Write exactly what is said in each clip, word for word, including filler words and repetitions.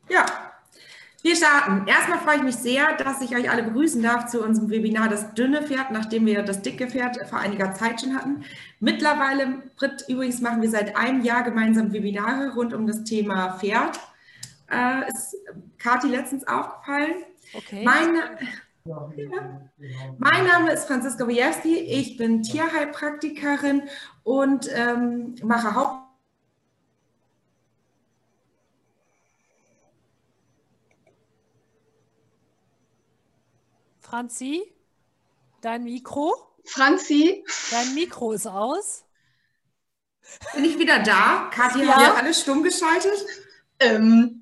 Ja, wir starten. Erstmal freue ich mich sehr, dass ich euch alle begrüßen darf zu unserem Webinar Das dünne Pferd, nachdem wir das dicke Pferd vor einiger Zeit schon hatten. Mittlerweile, Britt, übrigens machen wir seit einem Jahr gemeinsam Webinare rund um das Thema Pferd. Äh, ist Kathi letztens aufgefallen. Okay. Meine, ja. Mein Name ist Franziska Wiejewski, ich bin Tierheilpraktikerin und ähm, mache Haupt Franzi, dein Mikro? Franzi? Dein Mikro ist aus. Bin ich wieder da? Kathi, ja. haben wir alle stumm geschaltet? Ähm.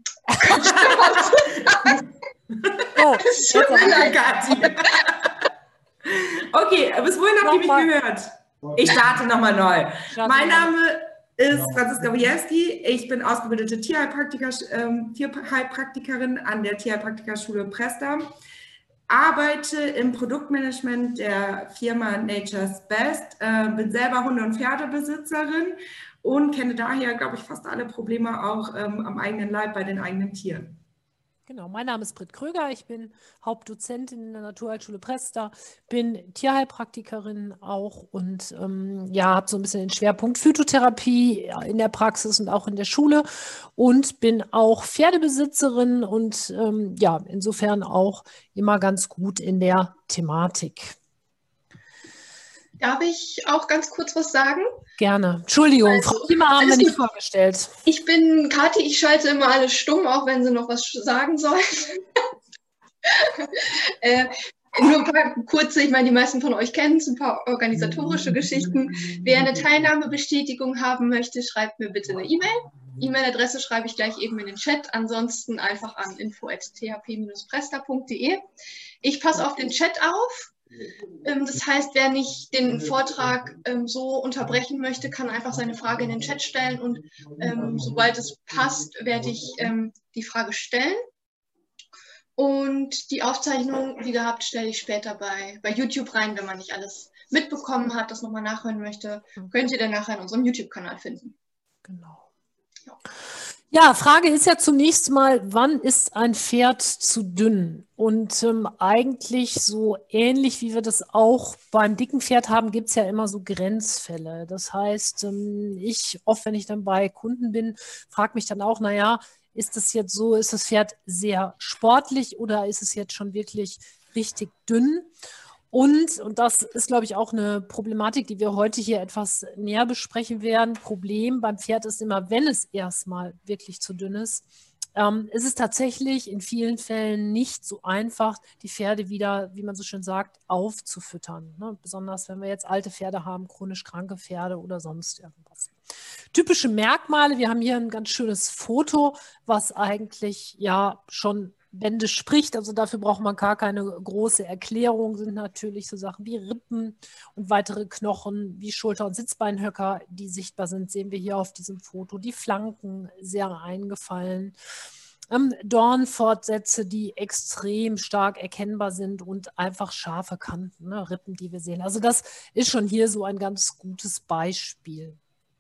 Oh, Kathi. Okay, bis wohin habt ihr mich gehört? Ich starte nochmal neu. Mein Name ist Franziska Wiejewski. Ich bin ausgebildete Tierheilpraktiker, ähm, Tierheilpraktikerin an der Tierheilpraktikerschule Presta. Arbeite im Produktmanagement der Firma Nature's Best, äh, bin selber Hunde- und Pferdebesitzerin und kenne daher, glaube ich, fast alle Probleme auch ähm, am eigenen Leib bei den eigenen Tieren. Genau, mein Name ist Britt Kröger, ich bin Hauptdozentin in der Naturheilschule Presta, bin Tierheilpraktikerin auch und ähm, ja, habe so ein bisschen den Schwerpunkt Phytotherapie in der Praxis und auch in der Schule und bin auch Pferdebesitzerin und ähm, ja, insofern auch immer ganz gut in der Thematik. Darf ich auch ganz kurz was sagen? Gerne. Entschuldigung, also, Frau Thiemer haben wir nicht vorgestellt. Ich bin Kathi, ich schalte immer alles stumm, auch wenn sie noch was sagen soll. äh, nur ein paar kurze, ich meine, die meisten von euch kennen es, ein paar organisatorische Geschichten. Wer eine Teilnahmebestätigung haben möchte, schreibt mir bitte eine E-Mail. E-Mail-Adresse schreibe ich gleich eben in den Chat, ansonsten einfach an info at t h p Bindestrich presta punkt de. Ich passe auf den Chat auf. Das heißt, wer nicht den Vortrag ähm, so unterbrechen möchte, kann einfach seine Frage in den Chat stellen und ähm, sobald es passt, werde ich ähm, die Frage stellen. Und die Aufzeichnung, wie gehabt, stelle ich später bei, bei YouTube rein, wenn man nicht alles mitbekommen hat, das nochmal nachhören möchte, könnt ihr dann nachher in unserem YouTube-Kanal finden. Genau. Ja. Ja, Frage ist ja zunächst mal, wann ist ein Pferd zu dünn? Und ähm, eigentlich so ähnlich, wie wir das auch beim dicken Pferd haben, gibt es ja immer so Grenzfälle. Das heißt, ähm, ich, oft wenn ich dann bei Kunden bin, frage mich dann auch, naja, ist das jetzt so, ist das Pferd sehr sportlich oder ist es jetzt schon wirklich richtig dünn? Und, und das ist, glaube ich, auch eine Problematik, die wir heute hier etwas näher besprechen werden. Problem beim Pferd ist immer, wenn es erstmal wirklich zu dünn ist, ähm, ist es tatsächlich in vielen Fällen nicht so einfach, die Pferde wieder, wie man so schön sagt, aufzufüttern. Ne? Besonders, wenn wir jetzt alte Pferde haben, chronisch kranke Pferde oder sonst irgendwas. Typische Merkmale, wir haben hier ein ganz schönes Foto, was eigentlich ja schon Bände spricht, also dafür braucht man gar keine große Erklärung, sind natürlich so Sachen wie Rippen und weitere Knochen, wie Schulter- und Sitzbeinhöcker, die sichtbar sind, sehen wir hier auf diesem Foto. Die Flanken sehr eingefallen. Ähm, Dornfortsätze, die extrem stark erkennbar sind und einfach scharfe Kanten, ne, Rippen, die wir sehen. Also das ist schon hier so ein ganz gutes Beispiel.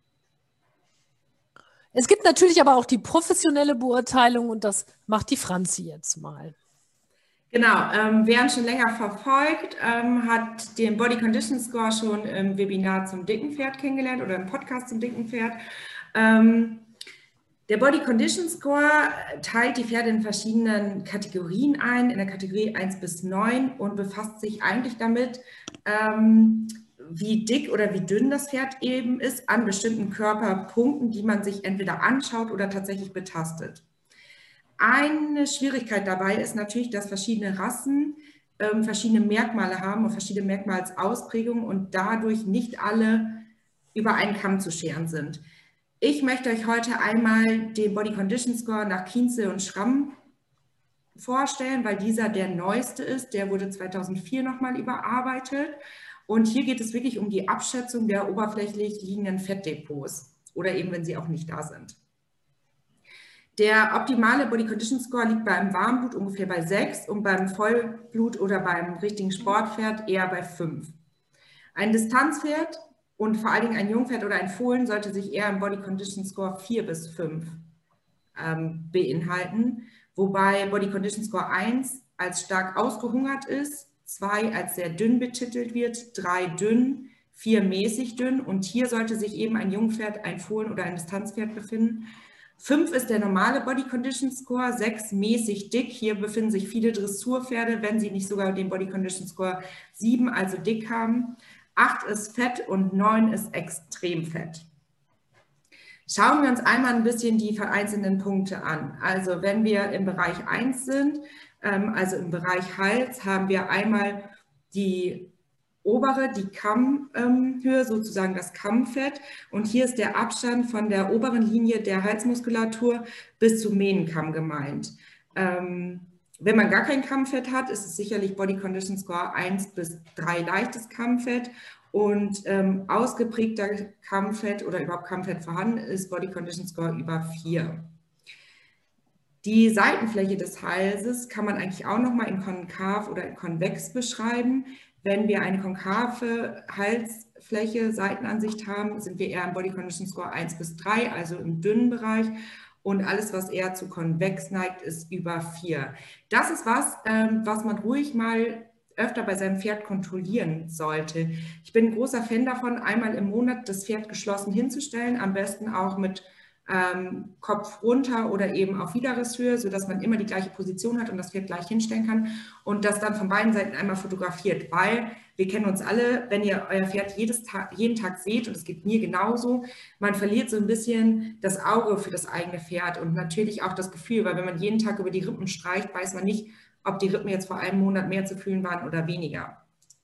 Es gibt natürlich aber auch die professionelle Beurteilung und das macht die Franzi jetzt mal. Genau, ähm, wer uns schon länger verfolgt, ähm, hat den Body Condition Score schon im Webinar zum dicken Pferd kennengelernt oder im Podcast zum dicken Pferd. Ähm, der Body Condition Score teilt die Pferde in verschiedenen Kategorien ein, in der Kategorie eins bis neun und befasst sich eigentlich damit, ähm, wie dick oder wie dünn das Pferd eben ist an bestimmten Körperpunkten, die man sich entweder anschaut oder tatsächlich betastet. Eine Schwierigkeit dabei ist natürlich, dass verschiedene Rassen ähm, verschiedene Merkmale haben und verschiedene Merkmalsausprägungen und dadurch nicht alle über einen Kamm zu scheren sind. Ich möchte euch heute einmal den Body Condition Score nach Kienzel und Schramm vorstellen, weil dieser der neueste ist. Der wurde zweitausendvier nochmal überarbeitet. Und hier geht es wirklich um die Abschätzung der oberflächlich liegenden Fettdepots oder eben, wenn sie auch nicht da sind. Der optimale Body Condition Score liegt beim Warmblut ungefähr bei sechs und beim Vollblut oder beim richtigen Sportpferd eher bei fünf. Ein Distanzpferd und vor allen Dingen ein Jungpferd oder ein Fohlen sollte sich eher im Body Condition Score vier bis fünf ähm, beinhalten, wobei Body Condition Score eins als stark ausgehungert ist, zwei als sehr dünn betitelt wird, drei dünn, vier mäßig dünn und hier sollte sich eben ein Jungpferd, ein Fohlen oder ein Distanzpferd befinden. fünf ist der normale Body Condition Score, sechs mäßig dick. Hier befinden sich viele Dressurpferde, wenn sie nicht sogar den Body Condition Score sieben, also dick haben. acht ist fett und neun ist extrem fett. Schauen wir uns einmal ein bisschen die vereinzelten Punkte an. Also wenn wir im Bereich eins sind, also im Bereich Hals, haben wir einmal die obere, die Kammhöhe, sozusagen das Kammfett. Und hier ist der Abstand von der oberen Linie der Halsmuskulatur bis zum Mähnenkamm gemeint. Ähm, wenn man gar kein Kammfett hat, ist es sicherlich Body Condition Score eins bis drei leichtes Kammfett. Und ähm, ausgeprägter Kammfett oder überhaupt Kammfett vorhanden ist Body Condition Score über vier. Die Seitenfläche des Halses kann man eigentlich auch nochmal in konkav oder in konvex beschreiben. Wenn wir eine konkave Halsfläche, Seitenansicht haben, sind wir eher im Body Condition Score eins bis drei, also im dünnen Bereich. Und alles, was eher zu konvex neigt, ist über vier. Das ist was, ähm, was man ruhig mal öfter bei seinem Pferd kontrollieren sollte. Ich bin ein großer Fan davon, einmal im Monat das Pferd geschlossen hinzustellen, am besten auch mit ähm, Kopf runter oder eben auf Widerrisshöhe, sodass man immer die gleiche Position hat und das Pferd gleich hinstellen kann und das dann von beiden Seiten einmal fotografiert, weil wir kennen uns alle, wenn ihr euer Pferd jedes Tag, jeden Tag seht, und es geht mir genauso, man verliert so ein bisschen das Auge für das eigene Pferd und natürlich auch das Gefühl, weil wenn man jeden Tag über die Rippen streicht, weiß man nicht, ob die Rippen jetzt vor einem Monat mehr zu fühlen waren oder weniger.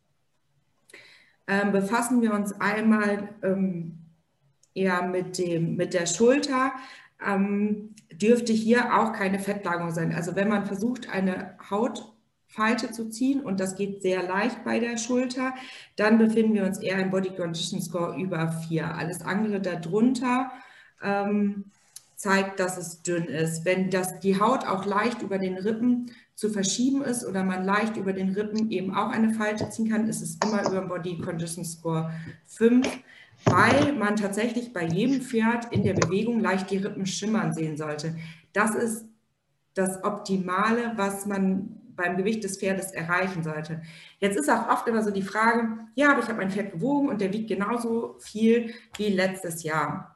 Ähm, befassen wir uns einmal ähm, eher mit, dem, mit der Schulter, ähm, dürfte hier auch keine Fettlagerung sein. Also wenn man versucht, eine Hautfalte zu ziehen, und das geht sehr leicht bei der Schulter, dann befinden wir uns eher im Body Condition Score über vier. Alles andere darunter ähm, zeigt, dass es dünn ist. Wenn das, die Haut auch leicht über den Rippen zu verschieben ist oder man leicht über den Rippen eben auch eine Falte ziehen kann, ist es immer über Body Condition Score fünf, weil man tatsächlich bei jedem Pferd in der Bewegung leicht die Rippen schimmern sehen sollte. Das ist das Optimale, was man beim Gewicht des Pferdes erreichen sollte. Jetzt ist auch oft immer so die Frage, ja, aber ich habe mein Pferd gewogen und der wiegt genauso viel wie letztes Jahr.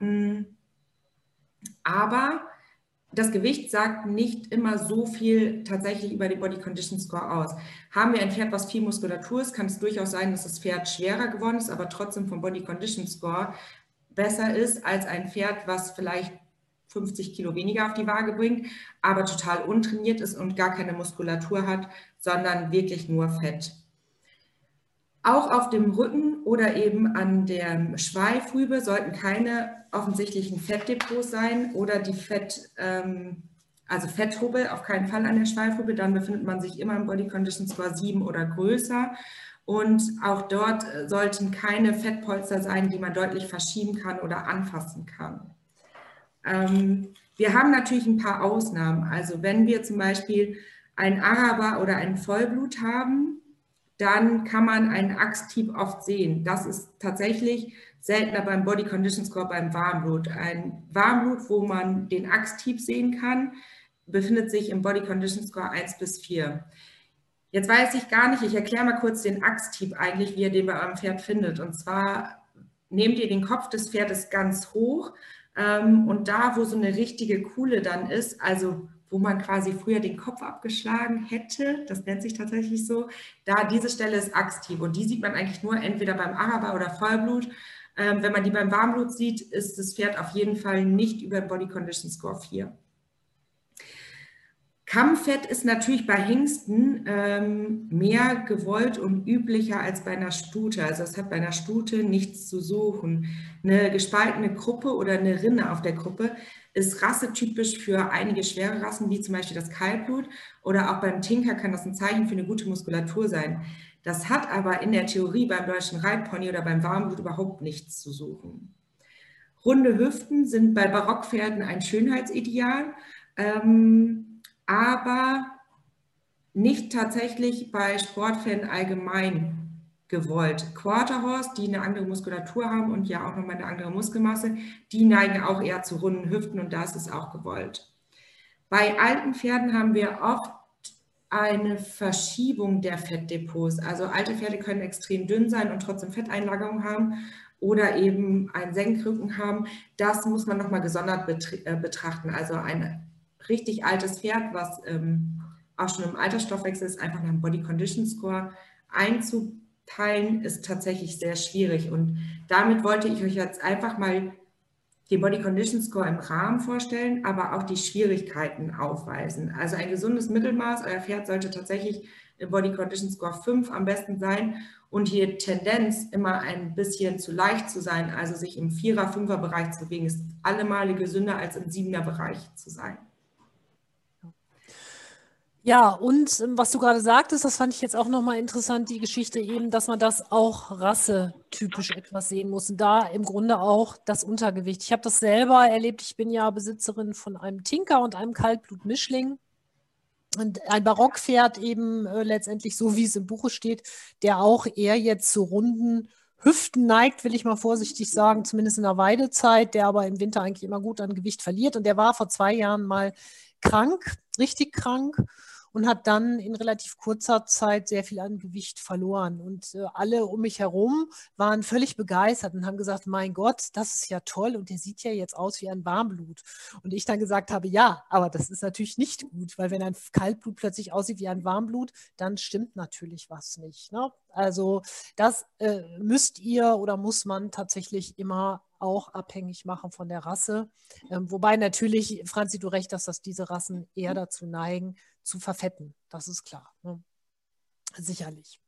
Aber das Gewicht sagt nicht immer so viel tatsächlich über den Body Condition Score aus. Haben wir ein Pferd, was viel Muskulatur ist, kann es durchaus sein, dass das Pferd schwerer geworden ist, aber trotzdem vom Body Condition Score besser ist als ein Pferd, was vielleicht fünfzig Kilo weniger auf die Waage bringt, aber total untrainiert ist und gar keine Muskulatur hat, sondern wirklich nur Fett. Auch auf dem Rücken oder eben an der Schweifrübe sollten keine offensichtlichen Fettdepots sein oder die Fett, ähm, also Fetthubbel auf keinen Fall an der Schweifrübe, dann befindet man sich immer im Body Condition Score sieben oder größer und auch dort sollten keine Fettpolster sein, die man deutlich verschieben kann oder anfassen kann. Ähm, wir haben natürlich ein paar Ausnahmen, also wenn wir zum Beispiel einen Araber oder einen Vollblut haben, dann kann man einen Achstieb oft sehen. Das ist tatsächlich seltener beim Body Condition Score beim Warmblut. Ein Warmblut, wo man den Achstieb sehen kann, befindet sich im Body Condition Score eins bis vier. Jetzt weiß ich gar nicht, ich erkläre mal kurz den Achstieb eigentlich, wie ihr den bei eurem Pferd findet. Und zwar nehmt ihr den Kopf des Pferdes ganz hoch ähm, und da, wo so eine richtige Kuhle dann ist, also wo man quasi früher den Kopf abgeschlagen hätte, das nennt sich tatsächlich so, da diese Stelle ist Achstieb und die sieht man eigentlich nur entweder beim Araber oder Vollblut. Ähm, wenn man die beim Warmblut sieht, ist das Pferd auf jeden Fall nicht über Body Condition Score vier. Kammfett ist natürlich bei Hengsten ähm, mehr gewollt und üblicher als bei einer Stute. Also es hat bei einer Stute nichts zu suchen. Eine gespaltene Gruppe oder eine Rinne auf der Gruppe ist rassetypisch für einige schwere Rassen, wie zum Beispiel das Kaltblut. Oder auch beim Tinker kann das ein Zeichen für eine gute Muskulatur sein. Das hat aber in der Theorie beim deutschen Reitpony oder beim Warmblut überhaupt nichts zu suchen. Runde Hüften sind bei Barockpferden ein Schönheitsideal. Ähm, aber nicht tatsächlich bei Sportpferden allgemein gewollt. Quarterhorse, die eine andere Muskulatur haben und ja auch nochmal eine andere Muskelmasse, die neigen auch eher zu runden Hüften und da ist es auch gewollt. Bei alten Pferden haben wir oft eine Verschiebung der Fettdepots. Also alte Pferde können extrem dünn sein und trotzdem Fetteinlagerung haben oder eben einen Senkrücken haben. Das muss man nochmal gesondert betrachten. Also ein richtig altes Pferd, was ähm, auch schon im Altersstoffwechsel ist, einfach nach dem Body Condition Score einzuteilen, ist tatsächlich sehr schwierig. Und damit wollte ich euch jetzt einfach mal den Body Condition Score im Rahmen vorstellen, aber auch die Schwierigkeiten aufweisen. Also ein gesundes Mittelmaß, euer Pferd sollte tatsächlich im Body Condition Score fünf am besten sein und hier Tendenz immer ein bisschen zu leicht zu sein, also sich im Vierer-, Fünfer-Bereich zu bewegen, ist allemal gesünder als im Siebener-Bereich zu sein. Ja, und ähm, was du gerade sagtest, das fand ich jetzt auch nochmal interessant, die Geschichte eben, dass man das auch rassetypisch etwas sehen muss. Und da im Grunde auch das Untergewicht. Ich habe das selber erlebt. Ich bin ja Besitzerin von einem Tinker und einem Kaltblut-Mischling. Und ein Barockpferd eben äh, letztendlich so, wie es im Buche steht, der auch eher jetzt zu runden Hüften neigt, will ich mal vorsichtig sagen, zumindest in der Weidezeit, der aber im Winter eigentlich immer gut an Gewicht verliert. Und der war vor zwei Jahren mal krank, richtig krank, und hat dann in relativ kurzer Zeit sehr viel an Gewicht verloren. Und äh, alle um mich herum waren völlig begeistert und haben gesagt, mein Gott, das ist ja toll und der sieht ja jetzt aus wie ein Warmblut. Und ich dann gesagt habe, ja, aber das ist natürlich nicht gut, weil wenn ein Kaltblut plötzlich aussieht wie ein Warmblut, dann stimmt natürlich was nicht. Ne? Also das äh, müsst ihr oder muss man tatsächlich immer auch abhängig machen von der Rasse. Ähm, wobei natürlich, Franzi, du recht hast, dass diese Rassen eher dazu neigen, zu verfetten. Das ist klar. Ne? Sicherlich.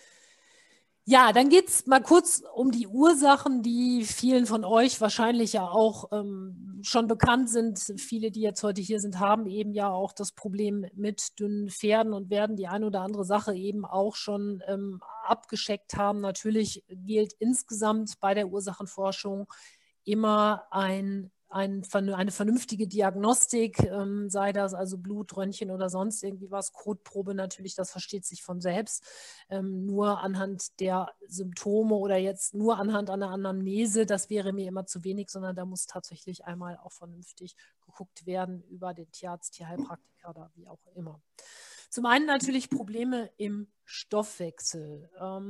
Ja, dann geht es mal kurz um die Ursachen, die vielen von euch wahrscheinlich ja auch ähm, schon bekannt sind. Viele, die jetzt heute hier sind, haben eben ja auch das Problem mit dünnen Pferden und werden die eine oder andere Sache eben auch schon ähm, abgescheckt haben. Natürlich gilt insgesamt bei der Ursachenforschung immer ein Ein, eine vernünftige Diagnostik, ähm, sei das also Blut, Röntgen oder sonst irgendwie was, Kotprobe natürlich, das versteht sich von selbst, ähm, nur anhand der Symptome oder jetzt nur anhand einer Anamnese, das wäre mir immer zu wenig, sondern da muss tatsächlich einmal auch vernünftig geguckt werden über den Tierarzt, Tierheilpraktiker oder wie auch immer. Zum einen natürlich Probleme im Stoffwechsel.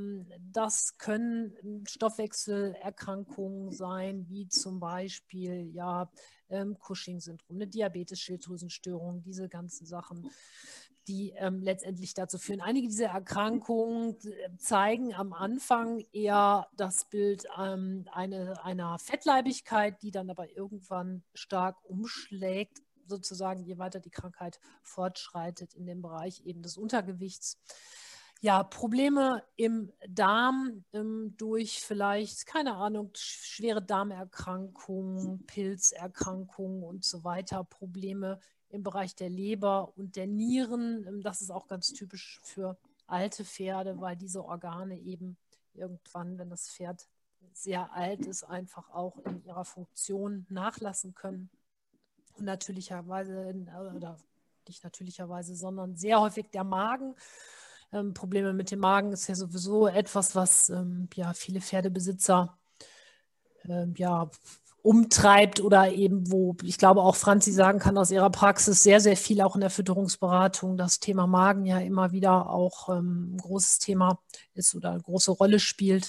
Das können Stoffwechselerkrankungen sein, wie zum Beispiel ja, Cushing-Syndrom, eine Diabetes, Schilddrüsenstörung, diese ganzen Sachen, die ähm, letztendlich dazu führen. Einige dieser Erkrankungen zeigen am Anfang eher das Bild ähm, eine, einer Fettleibigkeit, die dann aber irgendwann stark umschlägt, sozusagen, je weiter die Krankheit fortschreitet in dem Bereich eben des Untergewichts. Ja, Probleme im Darm ähm, durch vielleicht, keine Ahnung, schwere Darmerkrankungen, Pilzerkrankungen und so weiter, Probleme im Bereich der Leber und der Nieren. Ähm, das ist auch ganz typisch für alte Pferde, weil diese Organe eben irgendwann, wenn das Pferd sehr alt ist, einfach auch in ihrer Funktion nachlassen können. Und natürlicherweise, oder nicht natürlicherweise, sondern sehr häufig der Magen. Ähm, Probleme mit dem Magen ist ja sowieso etwas, was ähm, ja, viele Pferdebesitzer ähm, ja, umtreibt oder eben, wo ich glaube auch Franzi sagen kann aus ihrer Praxis, sehr, sehr viel auch in der Fütterungsberatung, das Thema Magen ja immer wieder auch ähm, ein großes Thema ist oder eine große Rolle spielt.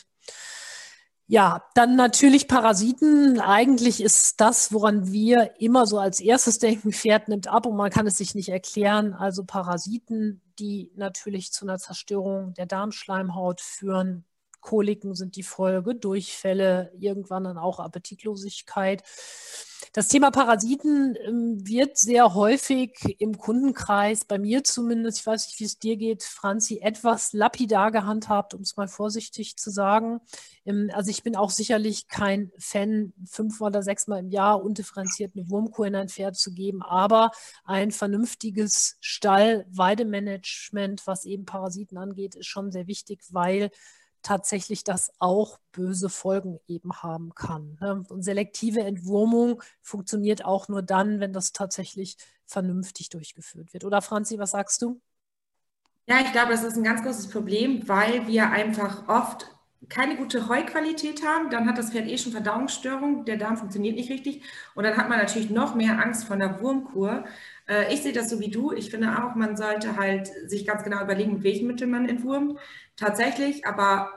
Ja, dann natürlich Parasiten. Eigentlich ist das, woran wir immer so als erstes denken, Pferd nimmt ab und man kann es sich nicht erklären. Also Parasiten, die natürlich zu einer Zerstörung der Darmschleimhaut führen. Koliken sind die Folge, Durchfälle, irgendwann dann auch Appetitlosigkeit. Das Thema Parasiten ähm, wird sehr häufig im Kundenkreis, bei mir zumindest, ich weiß nicht, wie es dir geht, Franzi, etwas lapidar gehandhabt, um es mal vorsichtig zu sagen. Ähm, also ich bin auch sicherlich kein Fan, fünfmal oder sechsmal im Jahr undifferenziert eine Wurmkur in ein Pferd zu geben, aber ein vernünftiges Stall-Weidemanagement, was eben Parasiten angeht, ist schon sehr wichtig, weil tatsächlich das auch böse Folgen eben haben kann. Und selektive Entwurmung funktioniert auch nur dann, wenn das tatsächlich vernünftig durchgeführt wird. Oder Franzi, was sagst du? Ja, ich glaube, das ist ein ganz großes Problem, weil wir einfach oft keine gute Heuqualität haben, dann hat das Pferd eh schon Verdauungsstörungen, der Darm funktioniert nicht richtig und dann hat man natürlich noch mehr Angst vor einer Wurmkur. Äh, ich sehe das so wie du. Ich finde auch, man sollte halt sich ganz genau überlegen, mit welchen Mitteln man entwurmt. Tatsächlich, aber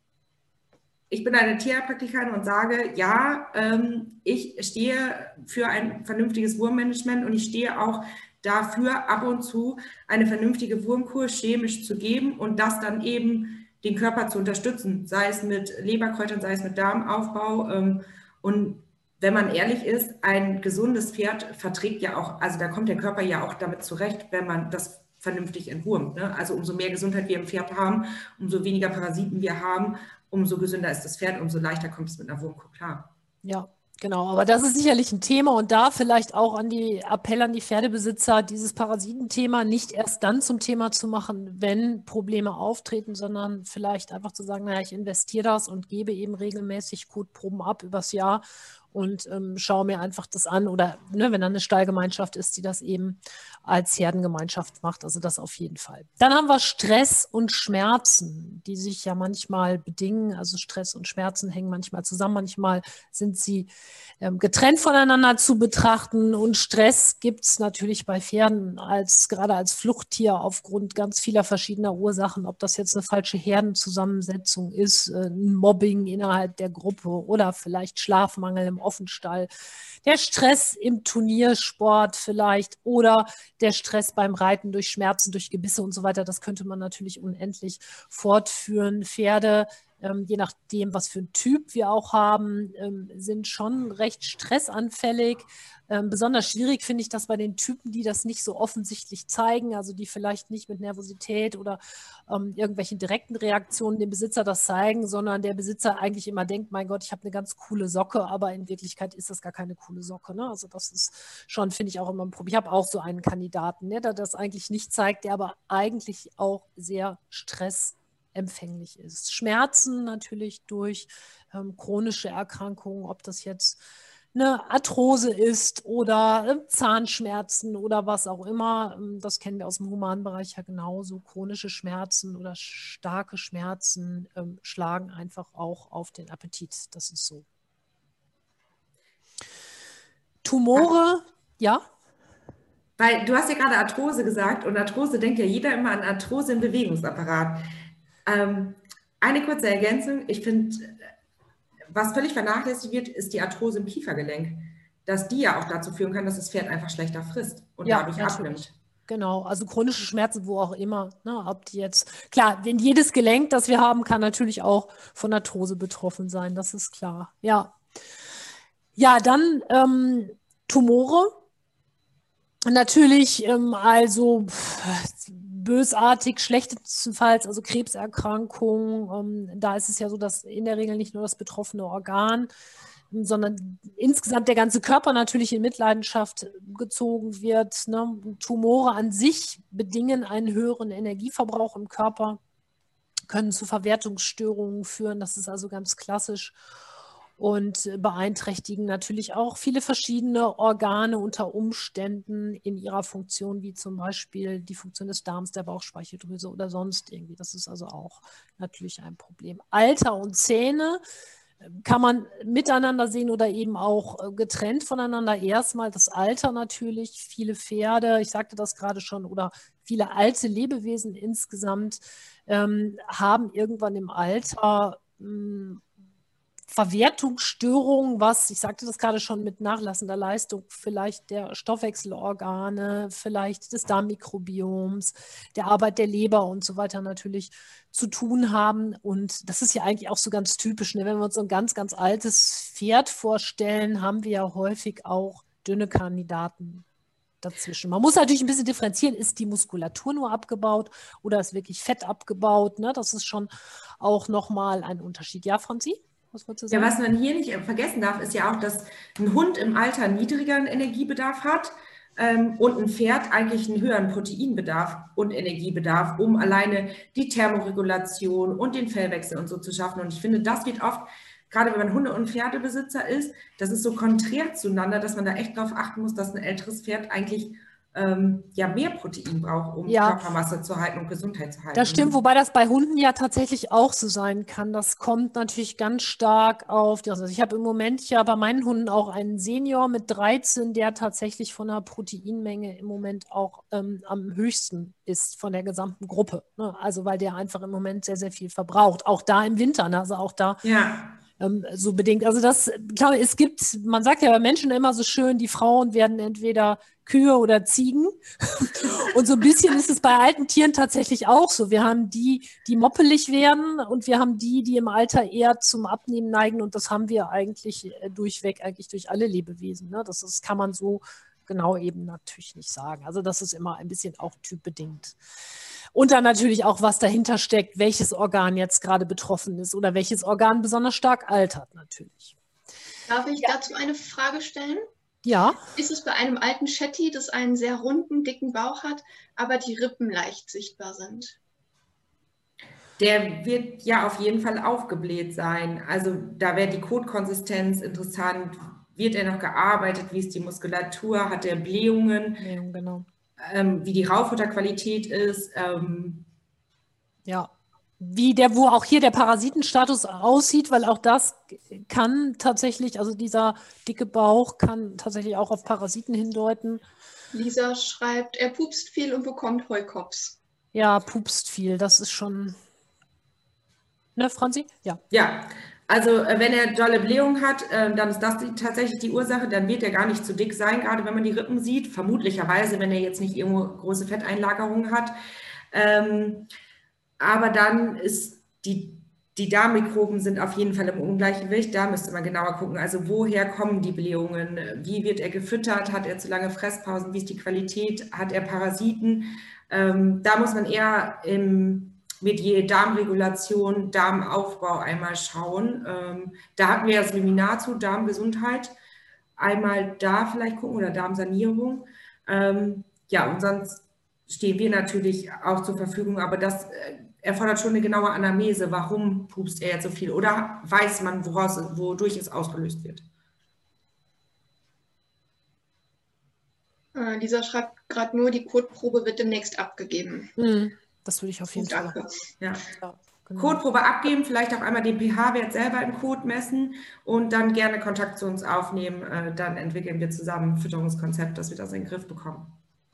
ich bin eine Tierheilpraktikerin und sage, ja, ähm, ich stehe für ein vernünftiges Wurmmanagement und ich stehe auch dafür, ab und zu eine vernünftige Wurmkur chemisch zu geben und das dann eben den Körper zu unterstützen, sei es mit Leberkräutern, sei es mit Darmaufbau. Ähm, und wenn man ehrlich ist, ein gesundes Pferd verträgt ja auch, also da kommt der Körper ja auch damit zurecht, wenn man das vernünftig entwurmt. Ne? Also umso mehr Gesundheit wir im Pferd haben, umso weniger Parasiten wir haben, umso gesünder ist das Pferd, umso leichter kommt es mit einer Wurmkur klar. Ja, genau. Aber das ist sicherlich ein Thema und da vielleicht auch an die Appell an die Pferdebesitzer, dieses Parasitenthema nicht erst dann zum Thema zu machen, wenn Probleme auftreten, sondern vielleicht einfach zu sagen, naja, ich investiere das und gebe eben regelmäßig Kotproben ab übers Jahr und ähm, schaue mir einfach das an oder ne, wenn dann eine Stallgemeinschaft ist, die das eben als Herdengemeinschaft macht, also das auf jeden Fall. Dann haben wir Stress und Schmerzen, die sich ja manchmal bedingen, also Stress und Schmerzen hängen manchmal zusammen, manchmal sind sie ähm, getrennt voneinander zu betrachten und Stress gibt es natürlich bei Pferden als gerade als Fluchttier aufgrund ganz vieler verschiedener Ursachen, ob das jetzt eine falsche Herdenzusammensetzung ist, äh, ein Mobbing innerhalb der Gruppe oder vielleicht Schlafmangel im Offenstall, der Stress im Turniersport vielleicht oder der Stress beim Reiten durch Schmerzen, durch Gebisse und so weiter. Das könnte man natürlich unendlich fortführen. Pferde, ähm, je nachdem, was für ein Typ wir auch haben, ähm, sind schon recht stressanfällig. Ähm, besonders schwierig finde ich das bei den Typen, die das nicht so offensichtlich zeigen, also die vielleicht nicht mit Nervosität oder ähm, irgendwelchen direkten Reaktionen dem Besitzer das zeigen, sondern der Besitzer eigentlich immer denkt, mein Gott, ich habe eine ganz coole Socke, aber in Wirklichkeit ist das gar keine coole Socke. Ne? Also das ist schon, finde ich, auch immer ein Problem. Ich habe auch so einen Kandidaten, ne, der das eigentlich nicht zeigt, der aber eigentlich auch sehr stressempfänglich ist. Schmerzen natürlich durch ähm, chronische Erkrankungen, ob das jetzt eine Arthrose ist oder äh, Zahnschmerzen oder was auch immer. Das kennen wir aus dem humanen Bereich ja genauso. Chronische Schmerzen oder starke Schmerzen ähm, schlagen einfach auch auf den Appetit. Das ist so. Tumore, ja? Weil du hast ja gerade Arthrose gesagt und Arthrose denkt ja jeder immer an Arthrose im Bewegungsapparat. Ähm, eine kurze Ergänzung, ich finde, was völlig vernachlässigt wird, ist die Arthrose im Kiefergelenk, dass die ja auch dazu führen kann, dass das Pferd einfach schlechter frisst und ja, dadurch natürlich. abnimmt. Genau, also chronische Schmerzen, wo auch immer, ne, ob die jetzt, klar, denn jedes Gelenk, das wir haben, kann natürlich auch von Arthrose betroffen sein, das ist klar, ja. Ja, dann ähm, Tumore, natürlich, ähm, also pff, bösartig, schlechtestenfalls, also Krebserkrankungen, ähm, da ist es ja so, dass in der Regel nicht nur das betroffene Organ, sondern insgesamt der ganze Körper natürlich in Mitleidenschaft gezogen wird. Ne? Tumore an sich bedingen einen höheren Energieverbrauch im Körper, können zu Verwertungsstörungen führen, das ist also ganz klassisch und beeinträchtigen natürlich auch viele verschiedene Organe unter Umständen in ihrer Funktion, wie zum Beispiel die Funktion des Darms, der Bauchspeicheldrüse oder sonst irgendwie. Das ist also auch natürlich ein Problem. Alter und Zähne kann man miteinander sehen oder eben auch getrennt voneinander. Erstmal das Alter natürlich. Viele Pferde, ich sagte das gerade schon, oder viele alte Lebewesen insgesamt ähm, haben irgendwann im Alter mh, Verwertungsstörungen, was, ich sagte das gerade schon, mit nachlassender Leistung vielleicht der Stoffwechselorgane, vielleicht des Darmmikrobioms, der Arbeit der Leber und so weiter natürlich zu tun haben. Und das ist ja eigentlich auch so ganz typisch. Ne? Wenn wir uns so ein ganz, ganz altes Pferd vorstellen, haben wir ja häufig auch dünne Kandidaten dazwischen. Man muss natürlich ein bisschen differenzieren, ist die Muskulatur nur abgebaut oder ist wirklich Fett abgebaut? Ne? Das ist schon auch nochmal ein Unterschied. Ja, Franzi? Was wolltest du sagen? Ja, was man hier nicht vergessen darf, ist ja auch, dass ein Hund im Alter einen niedrigeren Energiebedarf hat ähm, und ein Pferd eigentlich einen höheren Proteinbedarf und Energiebedarf, um alleine die Thermoregulation und den Fellwechsel und so zu schaffen. Und ich finde, das wird oft, gerade wenn man Hunde- und Pferdebesitzer ist, das ist so konträr zueinander, dass man da echt darauf achten muss, dass ein älteres Pferd eigentlich ähm, ja mehr Protein braucht, um Ja. Körpermasse zu halten und Gesundheit zu halten. Das stimmt, wobei das bei Hunden ja tatsächlich auch so sein kann. Das kommt natürlich ganz stark auf die. Also ich habe im Moment ja bei meinen Hunden auch einen Senior mit dreizehn, der tatsächlich von der Proteinmenge im Moment auch ähm, am höchsten ist von der gesamten Gruppe. Ne? Also weil der einfach im Moment sehr, sehr viel verbraucht. Auch da im Winter, ne? Also auch da Ja. ähm, so bedingt. Also das, klar, es gibt, man sagt ja bei Menschen immer so schön, die Frauen werden entweder Kühe oder Ziegen. Und so ein bisschen ist es bei alten Tieren tatsächlich auch so. Wir haben die, die moppelig werden und wir haben die, die im Alter eher zum Abnehmen neigen. Und das haben wir eigentlich durchweg, eigentlich durch alle Lebewesen. Ne? Das, das kann man so genau eben natürlich nicht sagen. Also das ist immer ein bisschen auch typbedingt. Und dann natürlich auch, was dahinter steckt, welches Organ jetzt gerade betroffen ist oder welches Organ besonders stark altert natürlich. Darf ich ja. dazu eine Frage stellen? Ja. Ist es bei einem alten Shetty, das einen sehr runden, dicken Bauch hat, aber die Rippen leicht sichtbar sind? Der wird ja auf jeden Fall aufgebläht sein. Also da wäre die Kotkonsistenz interessant. Wird er noch gearbeitet? Wie ist die Muskulatur? Hat er Blähungen? Ja, genau. Ähm, wie die Raufutterqualität ist? Ähm, ja. Wie der, wo auch hier der Parasitenstatus aussieht, weil auch das kann tatsächlich, also dieser dicke Bauch kann tatsächlich auch auf Parasiten hindeuten. Lisa schreibt, er pupst viel und bekommt Heukops. Ja, pupst viel, das ist schon, ne, Franzi? Ja. Ja, also wenn er dolle Blähung hat, äh, dann ist das die, tatsächlich die Ursache, dann wird er gar nicht zu dick sein, gerade wenn man die Rippen sieht, vermutlicherweise, wenn er jetzt nicht irgendwo große Fetteinlagerungen hat. Ähm, Aber dann ist die, die Darmmikroben sind auf jeden Fall im Ungleichgewicht. Da müsste man genauer gucken. Also woher kommen die Blähungen? Wie wird er gefüttert? Hat er zu lange Fresspausen? Wie ist die Qualität? Hat er Parasiten? Ähm, da muss man eher im Metier Darmregulation, Darmaufbau einmal schauen. Ähm, da hatten wir das Webinar zu Darmgesundheit. Einmal da vielleicht gucken oder Darmsanierung. Ähm, ja, und sonst stehen wir natürlich auch zur Verfügung, aber das erfordert schon eine genaue Anamnese. Warum pupst er jetzt so viel? Oder weiß man, woraus, wodurch es ausgelöst wird? Äh, Lisa schreibt gerade nur, die Kotprobe wird demnächst abgegeben. Mhm. Das würde ich auf jeden Danke. Fall. Ja. Ja, genau. Kotprobe abgeben, vielleicht auch einmal den pH-Wert selber im Kot messen und dann gerne Kontakt zu uns aufnehmen. Äh, dann entwickeln wir zusammen ein Fütterungskonzept, dass wir das in den Griff bekommen.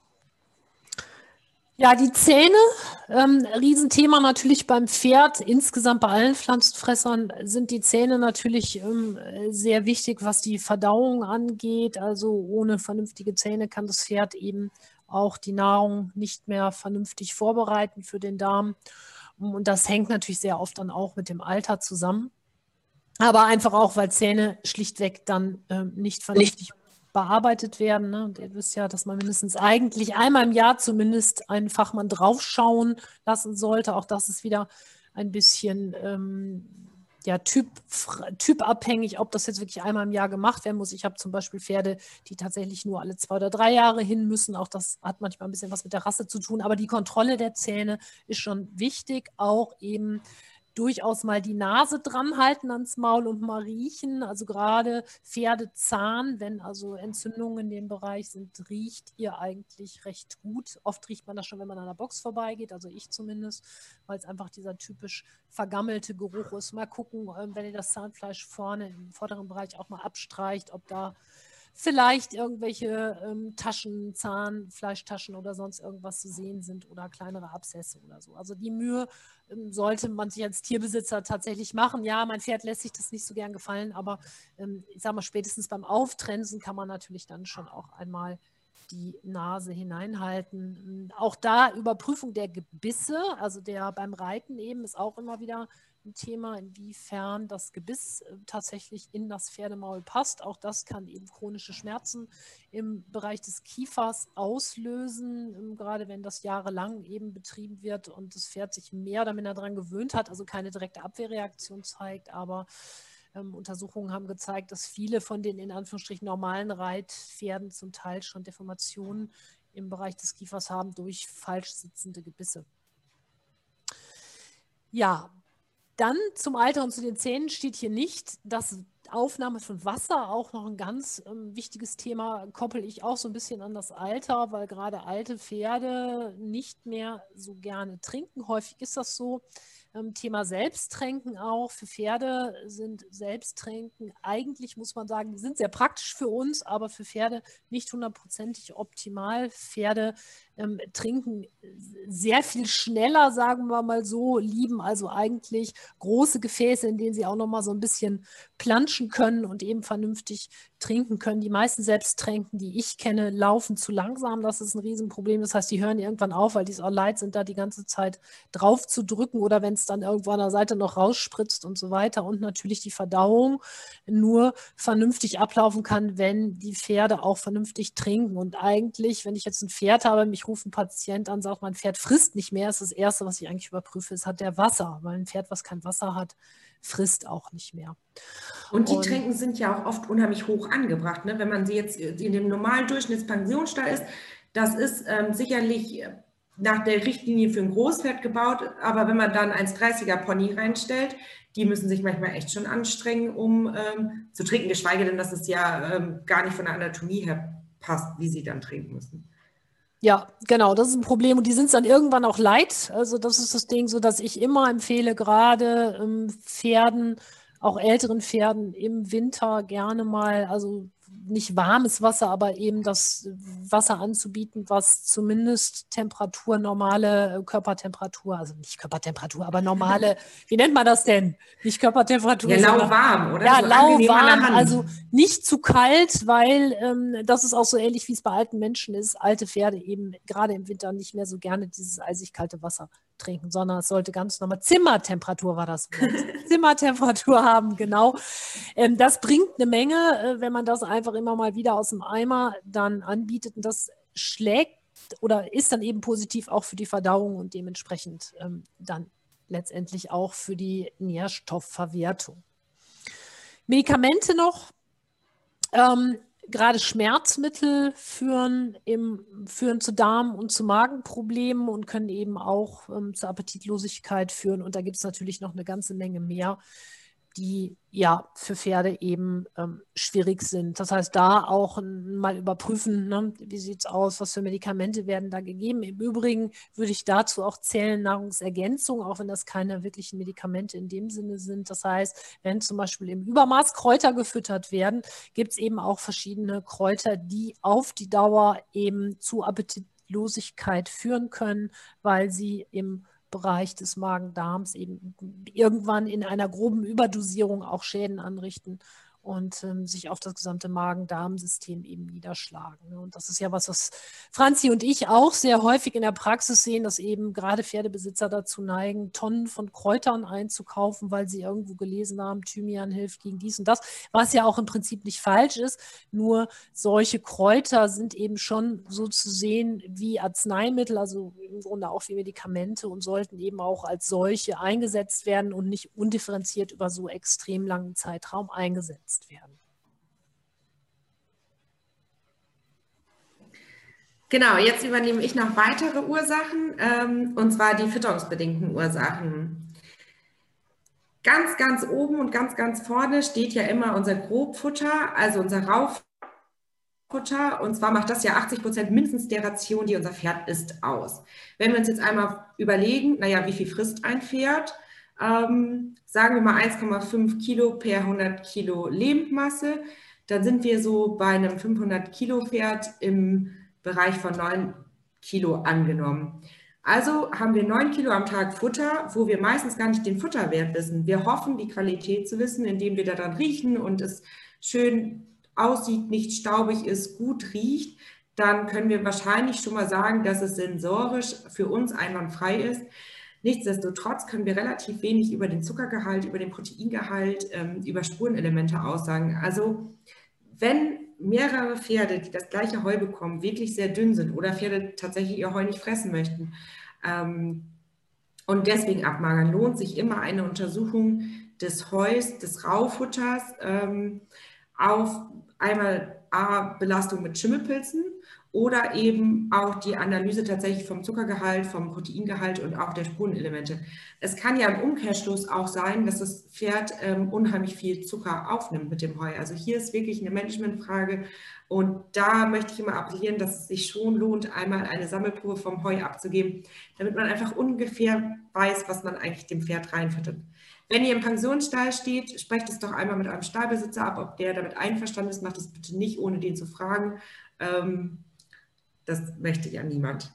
Ja, die Zähne, ähm, Riesenthema natürlich beim Pferd. Insgesamt bei allen Pflanzenfressern sind die Zähne natürlich ähm, sehr wichtig, was die Verdauung angeht. Also ohne vernünftige Zähne kann das Pferd eben auch die Nahrung nicht mehr vernünftig vorbereiten für den Darm. Und das hängt natürlich sehr oft dann auch mit dem Alter zusammen. Aber einfach auch, weil Zähne schlichtweg dann ähm, nicht vernünftig bearbeitet werden. Ne? Und ihr wisst ja, dass man mindestens eigentlich einmal im Jahr zumindest einen Fachmann draufschauen lassen sollte. Auch das ist wieder ein bisschen ähm, ja, typ, typabhängig, ob das jetzt wirklich einmal im Jahr gemacht werden muss. Ich habe zum Beispiel Pferde, die tatsächlich nur alle zwei oder drei Jahre hin müssen. Auch das hat manchmal ein bisschen was mit der Rasse zu tun. Aber die Kontrolle der Zähne ist schon wichtig, auch eben durchaus mal die Nase dran halten ans Maul und mal riechen. Also gerade Pferdezahn, wenn also Entzündungen in dem Bereich sind, riecht ihr eigentlich recht gut. Oft riecht man das schon, wenn man an der Box vorbeigeht, also ich zumindest, weil es einfach dieser typisch vergammelte Geruch ist. Mal gucken, wenn ihr das Zahnfleisch vorne im vorderen Bereich auch mal abstreicht, ob da vielleicht irgendwelche ähm, Taschen, Zahnfleischtaschen oder sonst irgendwas zu sehen sind oder kleinere Abszesse oder so. Also die Mühe ähm, sollte man sich als Tierbesitzer tatsächlich machen. Ja, mein Pferd lässt sich das nicht so gern gefallen, aber ähm, ich sage mal, spätestens beim Auftrensen kann man natürlich dann schon auch einmal die Nase hineinhalten. Auch da Überprüfung der Gebisse, also der beim Reiten eben ist auch immer wieder ein Thema, inwiefern das Gebiss tatsächlich in das Pferdemaul passt. Auch das kann eben chronische Schmerzen im Bereich des Kiefers auslösen, gerade wenn das jahrelang eben betrieben wird und das Pferd sich mehr oder minder daran gewöhnt hat, also keine direkte Abwehrreaktion zeigt, aber ähm, Untersuchungen haben gezeigt, dass viele von den in Anführungsstrichen normalen Reitpferden zum Teil schon Deformationen im Bereich des Kiefers haben durch falsch sitzende Gebisse. Ja, dann zum Alter und zu den Zähnen steht hier nicht, dass Aufnahme von Wasser auch noch ein ganz ähm, wichtiges Thema, koppel ich auch so ein bisschen an das Alter, weil gerade alte Pferde nicht mehr so gerne trinken. Häufig ist das so. Ähm, Thema Selbsttränken auch. Für Pferde sind Selbsttränken eigentlich, muss man sagen, die sind sehr praktisch für uns, aber für Pferde nicht hundertprozentig optimal. Pferde ähm, trinken sehr viel schneller, sagen wir mal so, lieben also eigentlich große Gefäße, in denen sie auch noch mal so ein bisschen planschen können und eben vernünftig trinken können. Die meisten Selbsttränken, die ich kenne, laufen zu langsam. Das ist ein Riesenproblem. Das heißt, die hören irgendwann auf, weil die es auch leid sind, da die ganze Zeit drauf zu drücken oder wenn es dann irgendwo an der Seite noch rausspritzt und so weiter. Und natürlich die Verdauung nur vernünftig ablaufen kann, wenn die Pferde auch vernünftig trinken. Und eigentlich, wenn ich jetzt ein Pferd habe, mich ruft ein Patient an, sagt, mein Pferd frisst nicht mehr, ist das Erste, was ich eigentlich überprüfe, ist, hat der Wasser. Weil ein Pferd, was kein Wasser hat, frisst auch nicht mehr. Und die und, Tränken sind ja auch oft unheimlich hoch angebracht, ne? Wenn man sie jetzt in dem normalen Durchschnittspensionsstall ist, das ist ähm, sicherlich nach der Richtlinie für ein Großpferd gebaut, aber wenn man dann ein eins dreißiger Pony reinstellt, die müssen sich manchmal echt schon anstrengen, um ähm, zu trinken, geschweige denn, dass es ja ähm, gar nicht von der Anatomie her passt, wie sie dann trinken müssen. Ja, genau, das ist ein Problem und die sind es dann irgendwann auch leid. Also das ist das Ding, so dass ich immer empfehle, gerade ähm, Pferden, auch älteren Pferden im Winter gerne mal, also nicht warmes Wasser, aber eben das Wasser anzubieten, was zumindest Temperatur, normale Körpertemperatur, also nicht Körpertemperatur, aber normale, wie nennt man das denn? Nicht Körpertemperatur. Ja, lauwarm, oder? Ja, so lauwarm, also nicht zu kalt, weil ähm, das ist auch so ähnlich, wie es bei alten Menschen ist. Alte Pferde eben gerade im Winter nicht mehr so gerne dieses eisig kalte Wasser trinken, sondern es sollte ganz normal, Zimmertemperatur war das Wort. Zimmertemperatur haben, genau. Ähm, das bringt eine Menge, äh, wenn man das einfach immer mal wieder aus dem Eimer dann anbietet und das schlägt oder ist dann eben positiv auch für die Verdauung und dementsprechend ähm, dann letztendlich auch für die Nährstoffverwertung. Medikamente noch. Ähm, Gerade Schmerzmittel führen, im, führen zu Darm- und zu Magenproblemen und können eben auch ähm, zur Appetitlosigkeit führen. Und da gibt es natürlich noch eine ganze Menge mehr, die ja für Pferde eben ähm, schwierig sind. Das heißt, da auch mal überprüfen, ne, wie sieht es aus, was für Medikamente werden da gegeben. Im Übrigen würde ich dazu auch zählen Nahrungsergänzung, auch wenn das keine wirklichen Medikamente in dem Sinne sind. Das heißt, wenn zum Beispiel im Übermaß Kräuter gefüttert werden, gibt es eben auch verschiedene Kräuter, die auf die Dauer eben zu Appetitlosigkeit führen können, weil sie im Bereich des Magen-Darms eben irgendwann in einer groben Überdosierung auch Schäden anrichten und ähm, sich auf das gesamte Magen-Darm-System eben niederschlagen. Ne? Und das ist ja was, was Franzi und ich auch sehr häufig in der Praxis sehen, dass eben gerade Pferdebesitzer dazu neigen, Tonnen von Kräutern einzukaufen, weil sie irgendwo gelesen haben, Thymian hilft gegen dies und das, was ja auch im Prinzip nicht falsch ist. Nur solche Kräuter sind eben schon so zu sehen wie Arzneimittel, also im Grunde auch wie Medikamente und sollten eben auch als solche eingesetzt werden und nicht undifferenziert über so extrem langen Zeitraum eingesetzt werden. Genau, jetzt übernehme ich noch weitere Ursachen, ähm, und zwar die fütterungsbedingten Ursachen. Ganz, ganz oben und ganz, ganz vorne steht ja immer unser Grobfutter, also unser Rauffutter. Und zwar macht das ja achtzig Prozent mindestens der Ration, die unser Pferd isst, aus. Wenn wir uns jetzt einmal überlegen, naja, wie viel frisst ein Pferd? Ähm, sagen wir mal eins Komma fünf Kilo per hundert Kilo Lebendmasse, dann sind wir so bei einem fünfhundert Kilo Pferd im Bereich von neun Kilo angenommen. Also haben wir neun Kilo am Tag Futter, wo wir meistens gar nicht den Futterwert wissen. Wir hoffen, die Qualität zu wissen, indem wir daran riechen und es schön aussieht, nicht staubig ist, gut riecht. Dann können wir wahrscheinlich schon mal sagen, dass es sensorisch für uns einwandfrei ist. Nichtsdestotrotz können wir relativ wenig über den Zuckergehalt, über den Proteingehalt, ähm, über Spurenelemente aussagen. Also wenn mehrere Pferde, die das gleiche Heu bekommen, wirklich sehr dünn sind oder Pferde tatsächlich ihr Heu nicht fressen möchten ähm, und deswegen abmagern, lohnt sich immer eine Untersuchung des Heus, des Raufutters ähm, auf einmal A, Belastung mit Schimmelpilzen oder eben auch die Analyse tatsächlich vom Zuckergehalt, vom Proteingehalt und auch der Spurenelemente. Es kann ja im Umkehrschluss auch sein, dass das Pferd ähm, unheimlich viel Zucker aufnimmt mit dem Heu. Also hier ist wirklich eine Managementfrage und da möchte ich immer appellieren, dass es sich schon lohnt, einmal eine Sammelprobe vom Heu abzugeben, damit man einfach ungefähr weiß, was man eigentlich dem Pferd reinfüttert. Wenn ihr im Pensionsstall steht, sprecht es doch einmal mit einem Stallbesitzer ab, ob der damit einverstanden ist. Macht es bitte nicht, ohne den zu fragen. Ähm, das möchte ja niemand.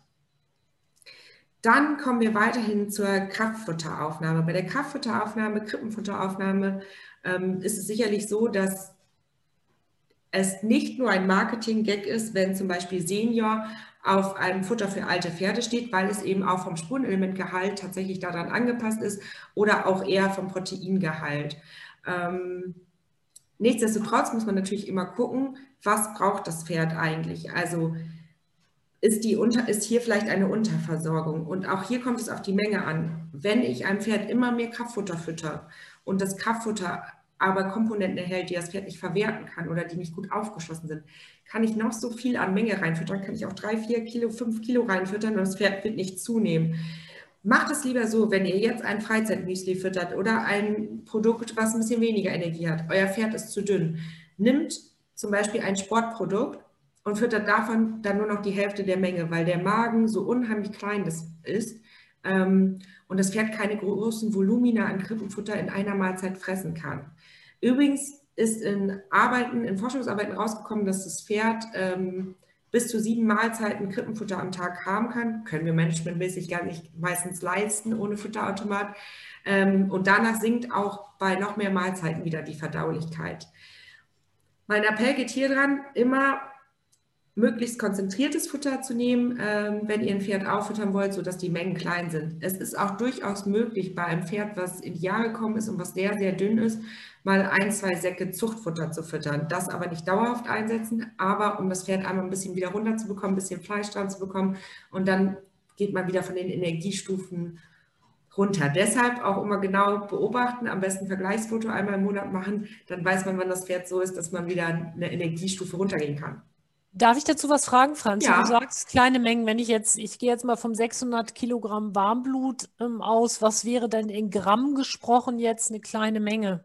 Dann kommen wir weiterhin zur Kraftfutteraufnahme. Bei der Kraftfutteraufnahme, Krippenfutteraufnahme ähm, ist es sicherlich so, dass es nicht nur ein Marketing-Gag ist, wenn zum Beispiel Senior auf einem Futter für alte Pferde steht, weil es eben auch vom Spurenelementgehalt tatsächlich daran angepasst ist oder auch eher vom Proteingehalt. Ähm, nichtsdestotrotz muss man natürlich immer gucken, was braucht das Pferd eigentlich? Also ist, die unter, ist hier vielleicht eine Unterversorgung? Und auch hier kommt es auf die Menge an. Wenn ich einem Pferd immer mehr Kraftfutter fütter und das Kraftfutter aber Komponenten erhält, die das Pferd nicht verwerten kann oder die nicht gut aufgeschlossen sind, kann ich noch so viel an Menge reinfüttern, kann ich auch drei, vier Kilo, fünf Kilo reinfüttern und das Pferd wird nicht zunehmen. Macht es lieber so, wenn ihr jetzt ein Freizeitmüsli füttert oder ein Produkt, was ein bisschen weniger Energie hat, euer Pferd ist zu dünn, nimmt zum Beispiel ein Sportprodukt und füttert davon dann nur noch die Hälfte der Menge, weil der Magen so unheimlich klein das ist ähm, und das Pferd keine großen Volumina an Krippenfutter in einer Mahlzeit fressen kann. Übrigens ist in Arbeiten, in Forschungsarbeiten rausgekommen, dass das Pferd ähm, bis zu sieben Mahlzeiten Krippenfutter am Tag haben kann. Können wir managementmäßig gar nicht meistens leisten ohne Futterautomat. Ähm, und danach sinkt auch bei noch mehr Mahlzeiten wieder die Verdaulichkeit. Mein Appell geht hier dran, immer möglichst konzentriertes Futter zu nehmen, ähm, wenn ihr ein Pferd auffüttern wollt, sodass die Mengen klein sind. Es ist auch durchaus möglich, bei einem Pferd, was in die Jahre gekommen ist und was sehr, sehr dünn ist, mal ein, zwei Säcke Zuchtfutter zu füttern. Das aber nicht dauerhaft einsetzen, aber um das Pferd einmal ein bisschen wieder runterzubekommen, ein bisschen Fleisch dran zu bekommen und dann geht man wieder von den Energiestufen runter. Deshalb auch immer genau beobachten, am besten Vergleichsfoto einmal im Monat machen, dann weiß man, wann das Pferd so ist, dass man wieder eine Energiestufe runtergehen kann. Darf ich dazu was fragen, Franzi? Ja. Du sagst kleine Mengen. Wenn ich jetzt, ich gehe jetzt mal vom sechshundert Kilogramm Warmblut ähm, aus, was wäre denn in Gramm gesprochen jetzt eine kleine Menge?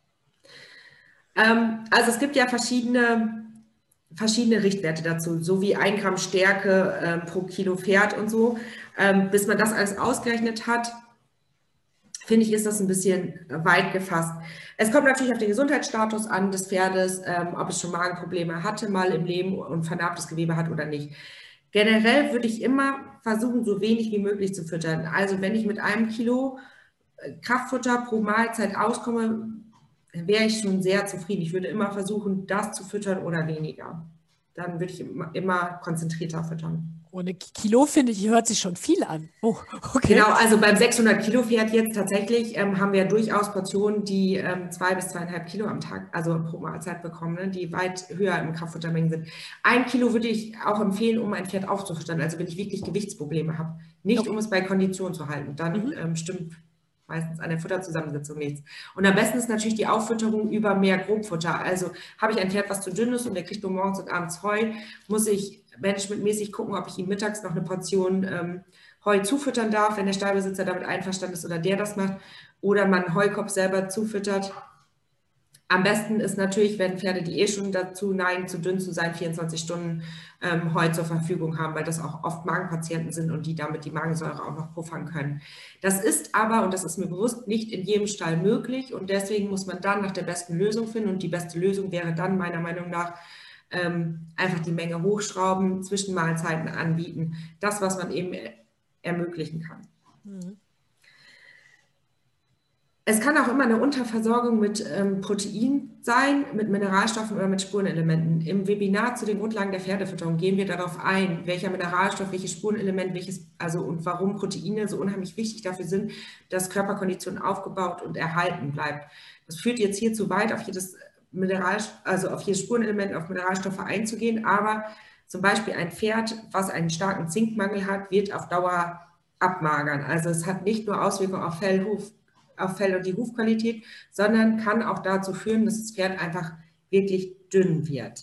Ähm, also es gibt ja verschiedene, verschiedene Richtwerte dazu, so wie ein Gramm Stärke ähm, pro Kilo Pferd und so. Ähm, bis man das alles ausgerechnet hat, finde ich, ist das ein bisschen weit gefasst. Es kommt natürlich auf den Gesundheitsstatus an des Pferdes, ähm, ob es schon Magenprobleme hatte mal im Leben und vernarbtes Gewebe hat oder nicht. Generell würde ich immer versuchen, so wenig wie möglich zu füttern. Also wenn ich mit einem Kilo Kraftfutter pro Mahlzeit auskomme, wäre ich schon sehr zufrieden. Ich würde immer versuchen, das zu füttern oder weniger. Dann würde ich immer, immer konzentrierter füttern. Ohne Kilo, finde ich, hört sich schon viel an. Oh, okay. Genau, also beim sechshundert Kilo Pferd jetzt tatsächlich ähm, haben wir durchaus Portionen, die ähm, zwei bis zweieinhalb Kilo am Tag, also pro Mahlzeit bekommen, ne, die weit höher im Kraftfuttermengen sind. Ein Kilo würde ich auch empfehlen, um ein Pferd aufzufüttern, also wenn ich wirklich Gewichtsprobleme habe. Nicht, okay, um es bei Kondition zu halten, dann mhm. ähm, stimmt meistens an der Futterzusammensetzung nichts. Und am besten ist natürlich die Auffütterung über mehr Grobfutter. Also habe ich ein Pferd, was zu dünn ist und der kriegt nur morgens und abends Heu, muss ich managementmäßig gucken, ob ich ihm mittags noch eine Portion ähm, Heu zufüttern darf, wenn der Stallbesitzer damit einverstanden ist oder der das macht, oder man einen Heukopf selber zufüttert. Am besten ist natürlich, wenn Pferde, die eh schon dazu neigen, zu dünn zu sein, vierundzwanzig Stunden ähm, Heu zur Verfügung haben, weil das auch oft Magenpatienten sind und die damit die Magensäure auch noch puffern können. Das ist aber, und das ist mir bewusst, nicht in jedem Stall möglich und deswegen muss man dann nach der besten Lösung finden und die beste Lösung wäre dann meiner Meinung nach ähm, einfach die Menge hochschrauben, Zwischenmahlzeiten anbieten, das, was man eben ermöglichen kann. Mhm. Es kann auch immer eine Unterversorgung mit ähm, Protein sein, mit Mineralstoffen oder mit Spurenelementen. Im Webinar zu den Grundlagen der Pferdefütterung gehen wir darauf ein, welcher Mineralstoff, welches Spurenelement, welches, also und warum Proteine so unheimlich wichtig dafür sind, dass Körperkondition aufgebaut und erhalten bleibt. Das führt jetzt hier zu weit, auf jedes Mineral, also auf jedes Spurenelement, auf Mineralstoffe einzugehen, aber zum Beispiel ein Pferd, was einen starken Zinkmangel hat, wird auf Dauer abmagern. Also es hat nicht nur Auswirkungen auf Fell, Huf, auf Fell und die Hufqualität, sondern kann auch dazu führen, dass das Pferd einfach wirklich dünn wird.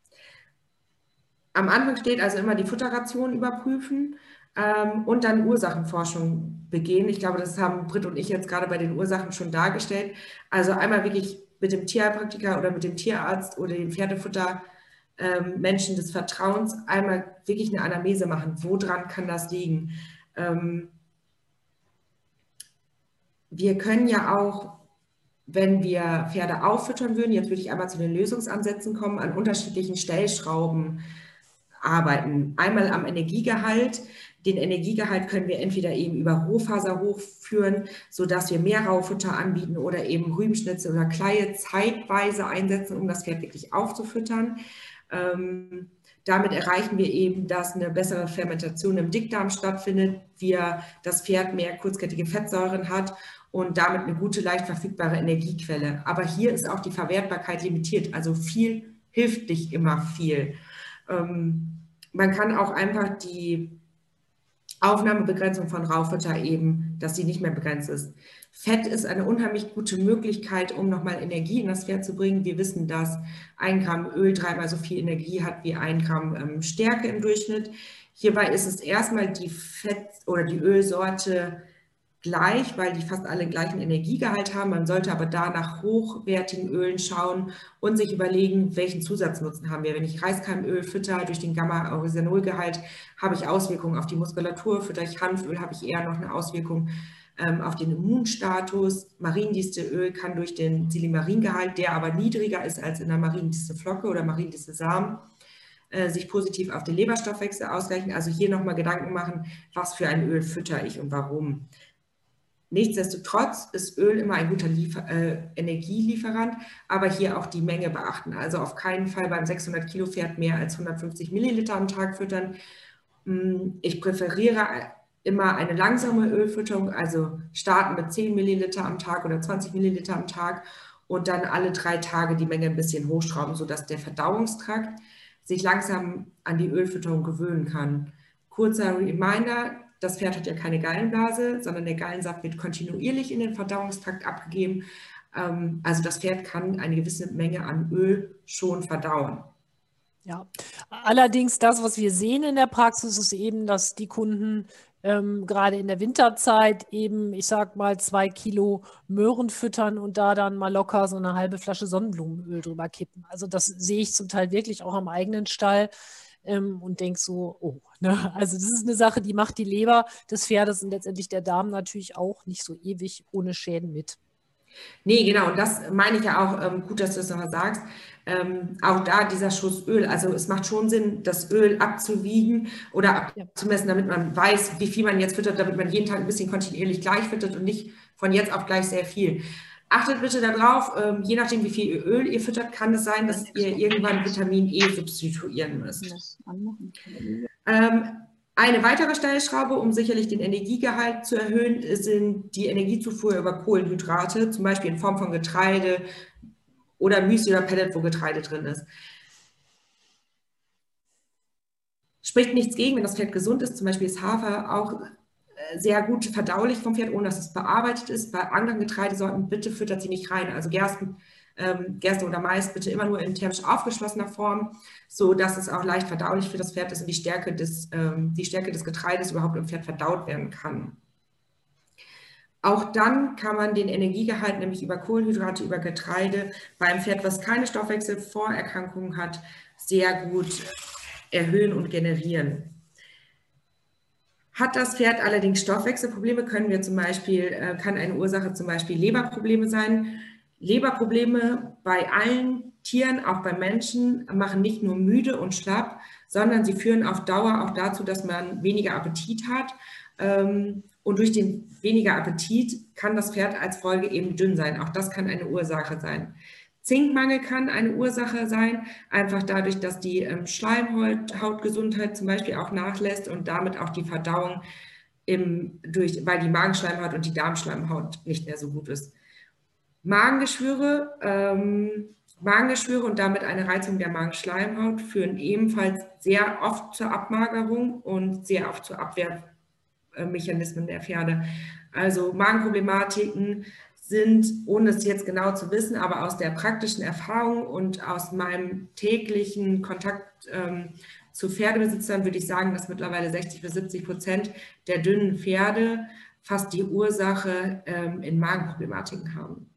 Am Anfang steht also immer die Futterration überprüfen ähm, und dann Ursachenforschung begehen. Ich glaube, das haben Britt und ich jetzt gerade bei den Ursachen schon dargestellt. Also einmal wirklich mit dem Tierheilpraktiker oder mit dem Tierarzt oder dem Pferdefutter ähm, Menschen des Vertrauens einmal wirklich eine Anamnese machen. Woran kann das liegen? Ähm, wir können ja auch, wenn wir Pferde auffüttern würden, jetzt würde ich einmal zu den Lösungsansätzen kommen, an unterschiedlichen Stellschrauben arbeiten. Einmal am Energiegehalt. Den Energiegehalt können wir entweder eben über Rohfaser hochführen, sodass wir mehr Raufutter anbieten oder eben Rübenschnitze oder Kleie zeitweise einsetzen, um das Pferd wirklich aufzufüttern. Ähm, damit erreichen wir eben, dass eine bessere Fermentation im Dickdarm stattfindet, wir das Pferd mehr kurzkettige Fettsäuren hat und damit eine gute, leicht verfügbare Energiequelle. Aber hier ist auch die Verwertbarkeit limitiert, also viel hilft nicht immer viel. Ähm, man kann auch einfach die Aufnahmebegrenzung von Raufutter eben, dass sie nicht mehr begrenzt ist. Fett ist eine unheimlich gute Möglichkeit, um nochmal Energie in das Pferd zu bringen. Wir wissen, dass ein Gramm Öl dreimal so viel Energie hat wie ein Gramm ähm, Stärke im Durchschnitt. Hierbei ist es erstmal die Fett- oder die Ölsorte gleich, weil die fast alle gleichen Energiegehalt haben. Man sollte aber da nach hochwertigen Ölen schauen und sich überlegen, welchen Zusatznutzen haben wir. Wenn ich Reiskeimöl fütter durch den Gamma-Orysanolgehalt, habe ich Auswirkungen auf die Muskulatur. Fütter ich Hanföl, habe ich eher noch eine Auswirkung ähm, auf den Immunstatus. Mariendistelöl kann durch den Silimaringehalt, der aber niedriger ist als in der Mariendistelflocke oder Mariendistelsamen, äh, sich positiv auf den Leberstoffwechsel ausgleichen. Also hier nochmal Gedanken machen, was für ein Öl fütter ich und warum. Nichtsdestotrotz ist Öl immer ein guter Liefer äh, Energielieferant, aber hier auch die Menge beachten. Also auf keinen Fall beim sechshundert Kilo Pferd mehr als hundertfünfzig Milliliter am Tag füttern. Ich präferiere immer eine langsame Ölfütterung, also starten mit zehn Milliliter am Tag oder zwanzig Milliliter am Tag und dann alle drei Tage die Menge ein bisschen hochschrauben, sodass der Verdauungstrakt sich langsam an die Ölfütterung gewöhnen kann. Kurzer Reminder: Das Pferd hat ja keine Gallenblase, sondern der Gallensaft wird kontinuierlich in den Verdauungstrakt abgegeben. Also das Pferd kann eine gewisse Menge an Öl schon verdauen. Ja, allerdings das, was wir sehen in der Praxis, ist eben, dass die Kunden ähm, gerade in der Winterzeit eben, ich sag mal, zwei Kilo Möhren füttern und da dann mal locker so eine halbe Flasche Sonnenblumenöl drüber kippen. Also das sehe ich zum Teil wirklich auch am eigenen Stall. Ähm, und denke so, oh, ne? Also das ist eine Sache, die macht die Leber des Pferdes und letztendlich der Darm natürlich auch nicht so ewig ohne Schäden mit. Nee, genau, und das meine ich ja auch, ähm, gut, dass du das nochmal sagst, ähm, auch da dieser Schuss Öl, also es macht schon Sinn, das Öl abzuwiegen oder abzumessen, damit man weiß, wie viel man jetzt füttert, damit man jeden Tag ein bisschen kontinuierlich gleich füttert und nicht von jetzt auf gleich sehr viel. Achtet bitte darauf, ähm, je nachdem, wie viel Öl ihr füttert, kann es sein, dass ihr irgendwann Vitamin E substituieren müsst. Ähm, Eine weitere Stellschraube, um sicherlich den Energiegehalt zu erhöhen, sind die Energiezufuhr über Kohlenhydrate, zum Beispiel in Form von Getreide oder Müsli oder Pellet, wo Getreide drin ist. Spricht nichts gegen, wenn das Pferd gesund ist. Zum Beispiel ist Hafer auch sehr gut verdaulich vom Pferd, ohne dass es bearbeitet ist. Bei anderen Getreidesorten bitte füttert sie nicht rein. Also Gersten, ähm, Gerste oder Mais bitte immer nur in thermisch aufgeschlossener Form, so dass es auch leicht verdaulich für das Pferd ist und die Stärke des, ähm, die Stärke des Getreides überhaupt im Pferd verdaut werden kann. Auch dann kann man den Energiegehalt nämlich über Kohlenhydrate, über Getreide beim Pferd, was keine Stoffwechselvorerkrankungen hat, sehr gut erhöhen und generieren. Hat das Pferd allerdings Stoffwechselprobleme, können wir zum Beispiel, kann eine Ursache zum Beispiel Leberprobleme sein. Leberprobleme bei allen Tieren, auch bei Menschen, machen nicht nur müde und schlapp, sondern sie führen auf Dauer auch dazu, dass man weniger Appetit hat. Und durch den weniger Appetit kann das Pferd als Folge eben dünn sein. Auch das kann eine Ursache sein. Zinkmangel kann eine Ursache sein, einfach dadurch, dass die ähm, Schleimhautgesundheit zum Beispiel auch nachlässt und damit auch die Verdauung, im, durch, weil die Magenschleimhaut und die Darmschleimhaut nicht mehr so gut ist. Magengeschwüre, ähm, Magengeschwüre und damit eine Reizung der Magenschleimhaut führen ebenfalls sehr oft zur Abmagerung und sehr oft zu Abwehrmechanismen der Pferde. Also Magenproblematiken sind, ohne es jetzt genau zu wissen, aber aus der praktischen Erfahrung und aus meinem täglichen Kontakt ähm, zu Pferdebesitzern würde ich sagen, dass mittlerweile sechzig bis siebzig Prozent der dünnen Pferde fast die Ursache ähm, in Magenproblematiken haben.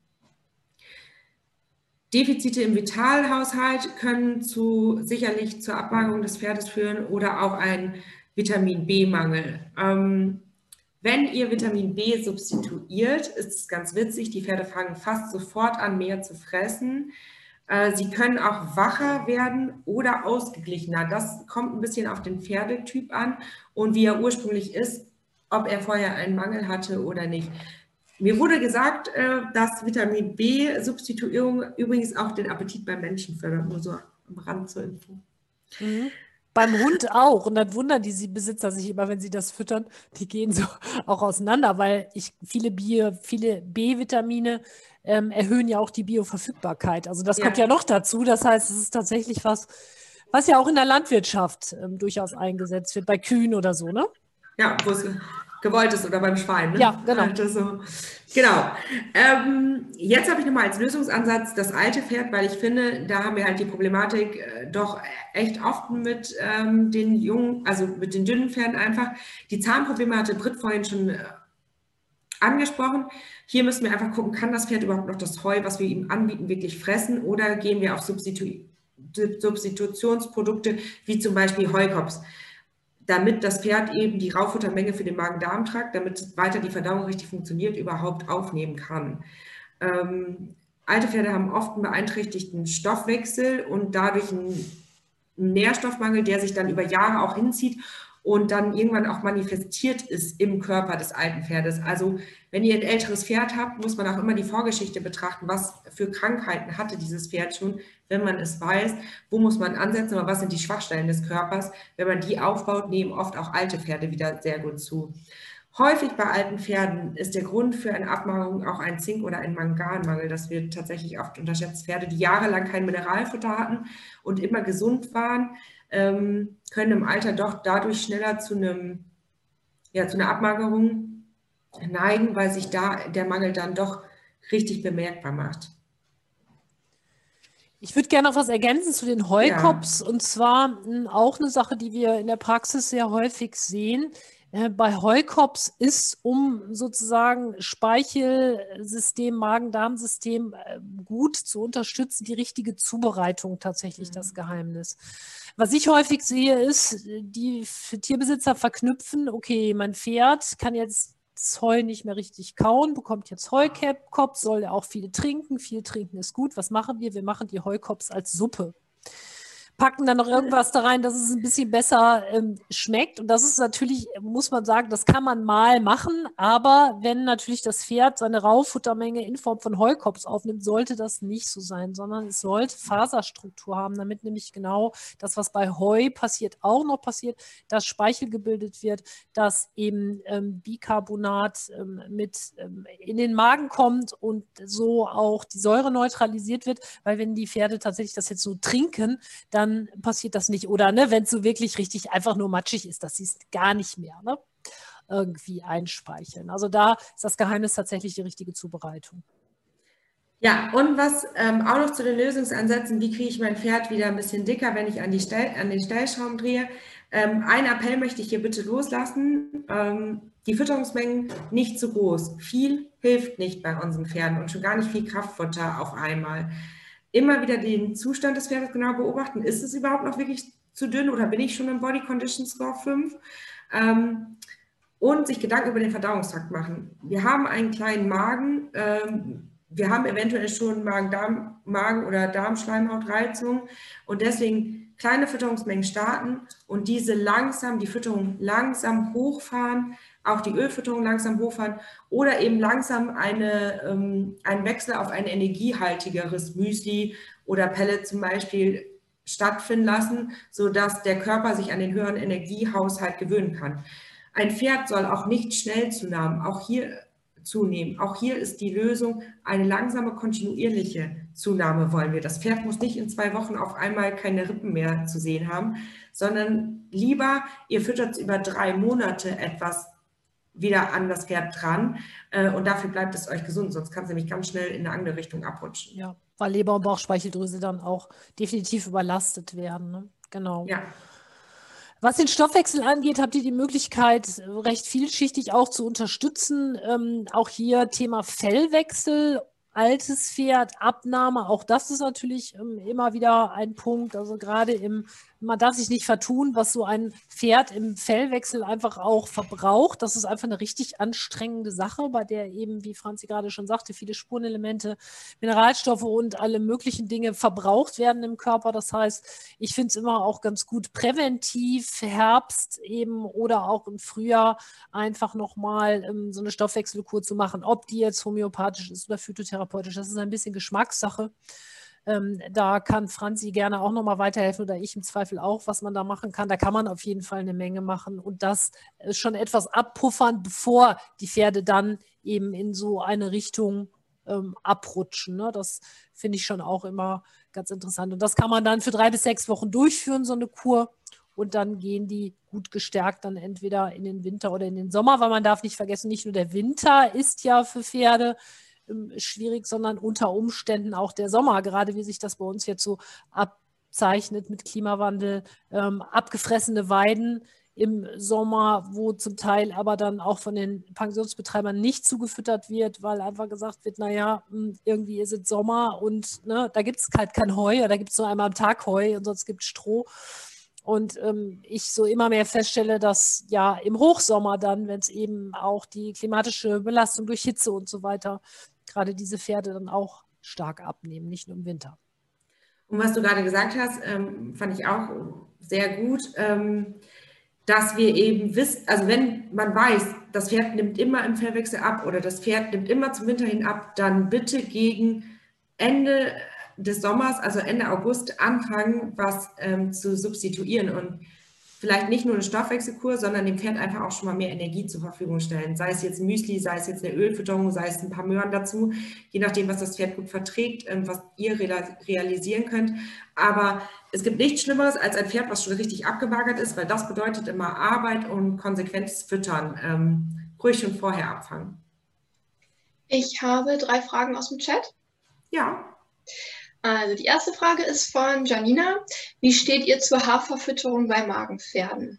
Defizite im Vitalhaushalt können zu, sicherlich zur Abmagerung des Pferdes führen oder auch ein Vitamin-B-Mangel. Ähm, wenn ihr Vitamin B substituiert, ist es ganz witzig, die Pferde fangen fast sofort an, mehr zu fressen. Äh, sie können auch wacher werden oder ausgeglichener. Das kommt ein bisschen auf den Pferdetyp an und wie er ursprünglich ist, ob er vorher einen Mangel hatte oder nicht. Mir wurde gesagt, dass Vitamin B-Substituierung übrigens auch den Appetit beim Menschen fördert, nur so am Rand zur Info. Mhm. Beim Hund auch. Und dann wundern die Besitzer sich immer, wenn sie das füttern, die gehen so auch auseinander, weil ich viele, Bio, viele B-Vitamine ähm, erhöhen ja auch die Bioverfügbarkeit. Also das ja. kommt ja noch dazu. Das heißt, es ist tatsächlich was, was ja auch in der Landwirtschaft ähm, durchaus eingesetzt wird, bei Kühen oder so, ne? Ja, wo es gewollt ist oder beim Schwein. Ne? Ja, genau. Also so. Genau. Ähm, jetzt habe ich nochmal als Lösungsansatz das alte Pferd, weil ich finde, da haben wir halt die Problematik äh, doch echt oft mit ähm, den jungen, also mit den dünnen Pferden einfach. Die Zahnprobleme hatte Britt vorhin schon äh, angesprochen. Hier müssen wir einfach gucken, kann das Pferd überhaupt noch das Heu, was wir ihm anbieten, wirklich fressen oder gehen wir auf Substitu- Substitutionsprodukte wie zum Beispiel Heukops, damit das Pferd eben die Raufuttermenge für den Magen-Darm-Trakt, damit weiter die Verdauung richtig funktioniert, überhaupt aufnehmen kann. Ähm, alte Pferde haben oft einen beeinträchtigten Stoffwechsel und dadurch einen Nährstoffmangel, der sich dann über Jahre auch hinzieht und dann irgendwann auch manifestiert ist im Körper des alten Pferdes. Also wenn ihr ein älteres Pferd habt, muss man auch immer die Vorgeschichte betrachten, was für Krankheiten hatte dieses Pferd schon, wenn man es weiß, wo muss man ansetzen, aber was sind die Schwachstellen des Körpers. Wenn man die aufbaut, nehmen oft auch alte Pferde wieder sehr gut zu. Häufig bei alten Pferden ist der Grund für eine Abmagerung auch ein Zink- oder ein Manganmangel. Das wird tatsächlich oft unterschätzt. Pferde, die jahrelang kein Mineralfutter hatten und immer gesund waren, ähm, können im Alter doch dadurch schneller zu, einem, ja, zu einer Abmagerung neigen, weil sich da der Mangel dann doch richtig bemerkbar macht. Ich würde gerne noch was ergänzen zu den Heukops, ja. Und zwar mh, auch eine Sache, die wir in der Praxis sehr häufig sehen. Äh, bei Heukops ist, um sozusagen Speichelsystem, Magen-Darm-System äh, gut zu unterstützen, die richtige Zubereitung tatsächlich mhm. das Geheimnis. Was ich häufig sehe, ist, die Tierbesitzer verknüpfen, okay, mein Pferd kann jetzt das Heu nicht mehr richtig kauen, bekommt jetzt Heukops, soll er auch viel trinken. Viel trinken ist gut. Was machen wir? Wir machen die Heukops als Suppe. Packen dann noch irgendwas da rein, dass es ein bisschen besser ähm, schmeckt. Und das ist natürlich, muss man sagen, das kann man mal machen. Aber wenn natürlich das Pferd seine Raufuttermenge in Form von Heukops aufnimmt, sollte das nicht so sein, sondern es sollte Faserstruktur haben, damit nämlich genau das, was bei Heu passiert, auch noch passiert, dass Speichel gebildet wird, dass eben ähm, Bicarbonat ähm, mit ähm, in den Magen kommt und so auch die Säure neutralisiert wird. Weil wenn die Pferde tatsächlich das jetzt so trinken, dann passiert das nicht. Oder ne, wenn es so wirklich richtig einfach nur matschig ist, dass sie es gar nicht mehr ne, irgendwie einspeicheln. Also da ist das Geheimnis tatsächlich die richtige Zubereitung. Ja, und was ähm, auch noch zu den Lösungsansätzen, wie kriege ich mein Pferd wieder ein bisschen dicker, wenn ich an, die Stell, an den Stellschrauben drehe. Ähm, ein Appell möchte ich hier bitte loslassen. Ähm, die Fütterungsmengen nicht zu groß. Viel hilft nicht bei unseren Pferden und schon gar nicht viel Kraftfutter auf einmal. Immer wieder den Zustand des Pferdes genau beobachten. Ist es überhaupt noch wirklich zu dünn oder bin ich schon im Body Condition Score fünf? Ähm, und sich Gedanken über den Verdauungstrakt machen. Wir haben einen kleinen Magen. Ähm, wir haben eventuell schon Magen-Darm, Magen- oder Darmschleimhautreizung und deswegen kleine Fütterungsmengen starten und diese langsam, die Fütterung langsam hochfahren, auch die Ölfütterung langsam hochfahren oder eben langsam eine, ähm, einen Wechsel auf ein energiehaltigeres Müsli oder Pellet zum Beispiel stattfinden lassen, sodass der Körper sich an den höheren Energiehaushalt gewöhnen kann. Ein Pferd soll auch nicht schnell zunehmen, auch hier zunehmen. Auch hier ist die Lösung eine langsame, kontinuierliche Zunahme wollen wir. Das Pferd muss nicht in zwei Wochen auf einmal keine Rippen mehr zu sehen haben, sondern lieber, ihr füttert über drei Monate etwas wieder an das Pferd dran äh, und dafür bleibt es euch gesund, sonst kann es nämlich ganz schnell in eine andere Richtung abrutschen. Ja, weil Leber und Bauchspeicheldrüse dann auch definitiv überlastet werden. Ne? Genau. Ja. Was den Stoffwechsel angeht, habt ihr die Möglichkeit, recht vielschichtig auch zu unterstützen. Ähm, auch hier Thema Fellwechsel, altes Pferd, Abnahme, auch das ist natürlich ähm, immer wieder ein Punkt. Also gerade im, man darf sich nicht vertun, was so ein Pferd im Fellwechsel einfach auch verbraucht. Das ist einfach eine richtig anstrengende Sache, bei der eben, wie Franzi gerade schon sagte, viele Spurenelemente, Mineralstoffe und alle möglichen Dinge verbraucht werden im Körper. Das heißt, ich finde es immer auch ganz gut, präventiv Herbst eben oder auch im Frühjahr einfach nochmal ähm, so eine Stoffwechselkur zu machen. Ob die jetzt homöopathisch ist oder phytotherapeutisch, das ist ein bisschen Geschmackssache. Ähm, da kann Franzi gerne auch nochmal weiterhelfen oder ich im Zweifel auch, was man da machen kann. Da kann man auf jeden Fall eine Menge machen und das äh, schon etwas abpuffern, bevor die Pferde dann eben in so eine Richtung ähm, abrutschen. Ne? Das finde ich schon auch immer ganz interessant. Und das kann man dann für drei bis sechs Wochen durchführen, so eine Kur. Und dann gehen die gut gestärkt dann entweder in den Winter oder in den Sommer, weil man darf nicht vergessen, nicht nur der Winter ist ja für Pferde ähm, schwierig, sondern unter Umständen auch der Sommer, gerade wie sich das bei uns jetzt so abzeichnet mit Klimawandel, ähm, abgefressene Weiden im Sommer, wo zum Teil aber dann auch von den Pensionsbetreibern nicht zugefüttert wird, weil einfach gesagt wird, naja, irgendwie ist es Sommer und ne, da gibt es halt kein Heu, oder da gibt es nur einmal am Tag Heu und sonst gibt es Stroh. Und ähm, ich so immer mehr feststelle, dass ja im Hochsommer dann, wenn es eben auch die klimatische Belastung durch Hitze und so weiter, gerade diese Pferde dann auch stark abnehmen, nicht nur im Winter. Und was du gerade gesagt hast, ähm, fand ich auch sehr gut, ähm, dass wir eben wissen, also wenn man weiß, das Pferd nimmt immer im Fellwechsel ab oder das Pferd nimmt immer zum Winter hin ab, dann bitte gegen Ende des Sommers, also Ende August, anfangen, was ähm, zu substituieren und vielleicht nicht nur eine Stoffwechselkur, sondern dem Pferd einfach auch schon mal mehr Energie zur Verfügung stellen. Sei es jetzt ein Müsli, sei es jetzt eine Ölfütterung, sei es ein paar Möhren dazu, je nachdem, was das Pferd gut verträgt, ähm, was ihr realisieren könnt. Aber es gibt nichts Schlimmeres als ein Pferd, was schon richtig abgebagert ist, weil das bedeutet immer Arbeit und konsequentes Füttern. Ähm, ruhig schon vorher abfangen. Ich habe drei Fragen aus dem Chat. Ja. Also die erste Frage ist von Janina. Wie steht ihr zur Haferfütterung bei Magenpferden?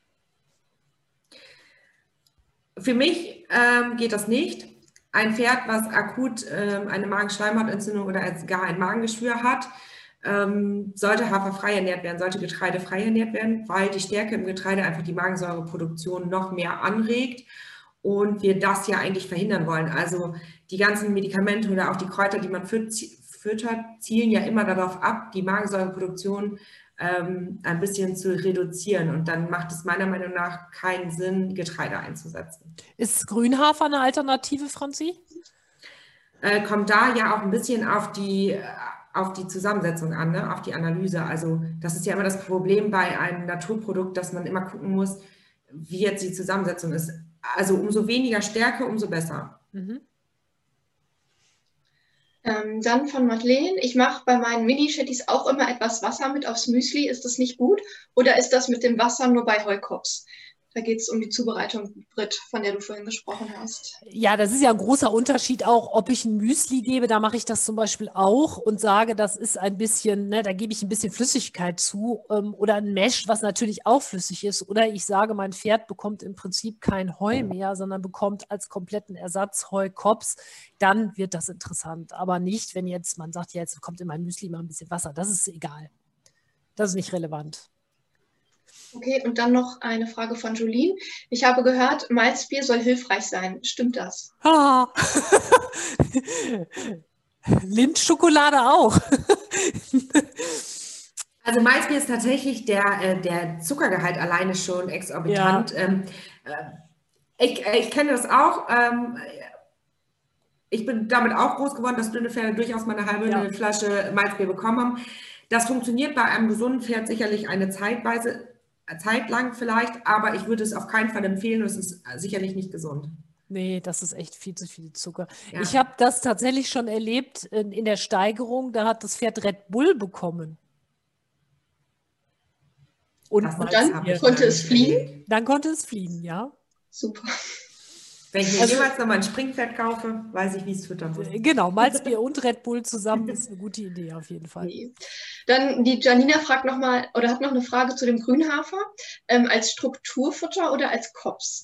Für mich ähm, geht das nicht. Ein Pferd, was akut ähm, eine Magenschleimhautentzündung oder gar ein Magengeschwür hat, ähm, sollte haferfrei ernährt werden, sollte getreidefrei ernährt werden, weil die Stärke im Getreide einfach die Magensäureproduktion noch mehr anregt und wir das ja eigentlich verhindern wollen. Also die ganzen Medikamente oder auch die Kräuter, die man füttert, zielen ja immer darauf ab, die Magensäureproduktion ähm, ein bisschen zu reduzieren. Und dann macht es meiner Meinung nach keinen Sinn, Getreide einzusetzen. Ist Grünhafer eine Alternative, Franzi? Äh, kommt da ja auch ein bisschen auf die, auf die Zusammensetzung an, ne? Auf die Analyse. Also das ist ja immer das Problem bei einem Naturprodukt, dass man immer gucken muss, wie jetzt die Zusammensetzung ist. Also umso weniger Stärke, umso besser. Mhm. Ähm, dann von Madeleine. Ich mache bei meinen Mini-Shetties auch immer etwas Wasser mit aufs Müsli. Ist das nicht gut? Oder ist das mit dem Wasser nur bei Heukops? Da geht es um die Zubereitung, Britt, von der du vorhin gesprochen hast. Ja, das ist ja ein großer Unterschied auch, ob ich ein Müsli gebe, da mache ich das zum Beispiel auch und sage, das ist ein bisschen, ne, da gebe ich ein bisschen Flüssigkeit zu ähm, oder ein Mesh, was natürlich auch flüssig ist. Oder ich sage, mein Pferd bekommt im Prinzip kein Heu mehr, sondern bekommt als kompletten Ersatz Heukops. Dann wird das interessant. Aber nicht, wenn jetzt man sagt, ja, jetzt kommt in mein Müsli mal ein bisschen Wasser. Das ist egal. Das ist nicht relevant. Okay, und dann noch eine Frage von Jolene. Ich habe gehört, Malzbier soll hilfreich sein. Stimmt das? Ah. Lindschokolade auch. Also Malzbier ist tatsächlich der, der Zuckergehalt alleine schon exorbitant. Ja. Ähm, ich, ich kenne das auch. Ähm, ich bin damit auch groß geworden, dass dünne Pferde durchaus mal eine halbe ja. eine Flasche Malzbier bekommen haben. Das funktioniert bei einem gesunden Pferd sicherlich eine Zeitweise, Zeit lang vielleicht, aber ich würde es auf keinen Fall empfehlen und es ist sicherlich nicht gesund. Nee, das ist echt viel zu viel Zucker. Ja. Ich habe das tatsächlich schon erlebt in, in der Steigerung, da hat das Pferd Red Bull bekommen. Und, und dann konnte es fliehen? Dann konnte es fliehen, ja. Super. Wenn ich mir Also- jemals nochmal ein Springpferd kaufe, weiß ich, wie es füttern muss. Genau, Malzbier und Red Bull zusammen ist eine gute Idee auf jeden Fall. Nee. Dann die Janina fragt nochmal oder hat noch eine Frage zu dem Grünhafer. Ähm, als Strukturfutter oder als Kops?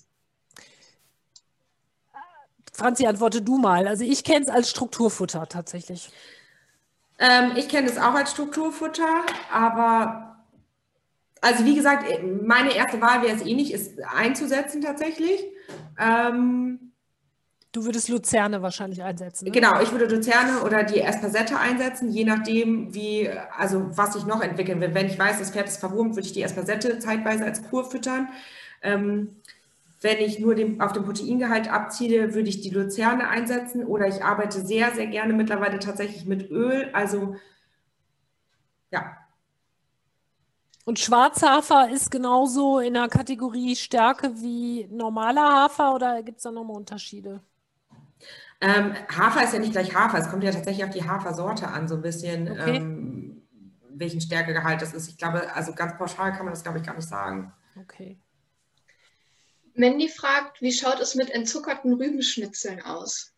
Franzi, antworte du mal. Also ich kenne es als Strukturfutter tatsächlich. Ähm, ich kenne es auch als Strukturfutter, aber also wie gesagt, meine erste Wahl wäre es eh nicht, ist einzusetzen tatsächlich. Ähm, Du würdest Luzerne wahrscheinlich einsetzen. Ne? Genau, ich würde Luzerne oder die Espasette einsetzen, je nachdem, wie, also was ich noch entwickeln will. Wenn ich weiß, das Pferd ist verwurmt, würde ich die Espasette zeitweise als Kur füttern. Ähm, wenn ich nur den, auf den Proteingehalt abziele, würde ich die Luzerne einsetzen oder ich arbeite sehr, sehr gerne mittlerweile tatsächlich mit Öl. Also, ja. Und Schwarzhafer ist genauso in der Kategorie Stärke wie normaler Hafer oder gibt es da nochmal Unterschiede? Ähm, Hafer ist ja nicht gleich Hafer, es kommt ja tatsächlich auf die Hafersorte an, so ein bisschen, Okay. ähm, welchen Stärkegehalt das ist. Ich glaube, also ganz pauschal kann man das, glaube ich, gar nicht sagen. Okay. Mandy fragt, wie schaut es mit entzuckerten Rübenschnitzeln aus?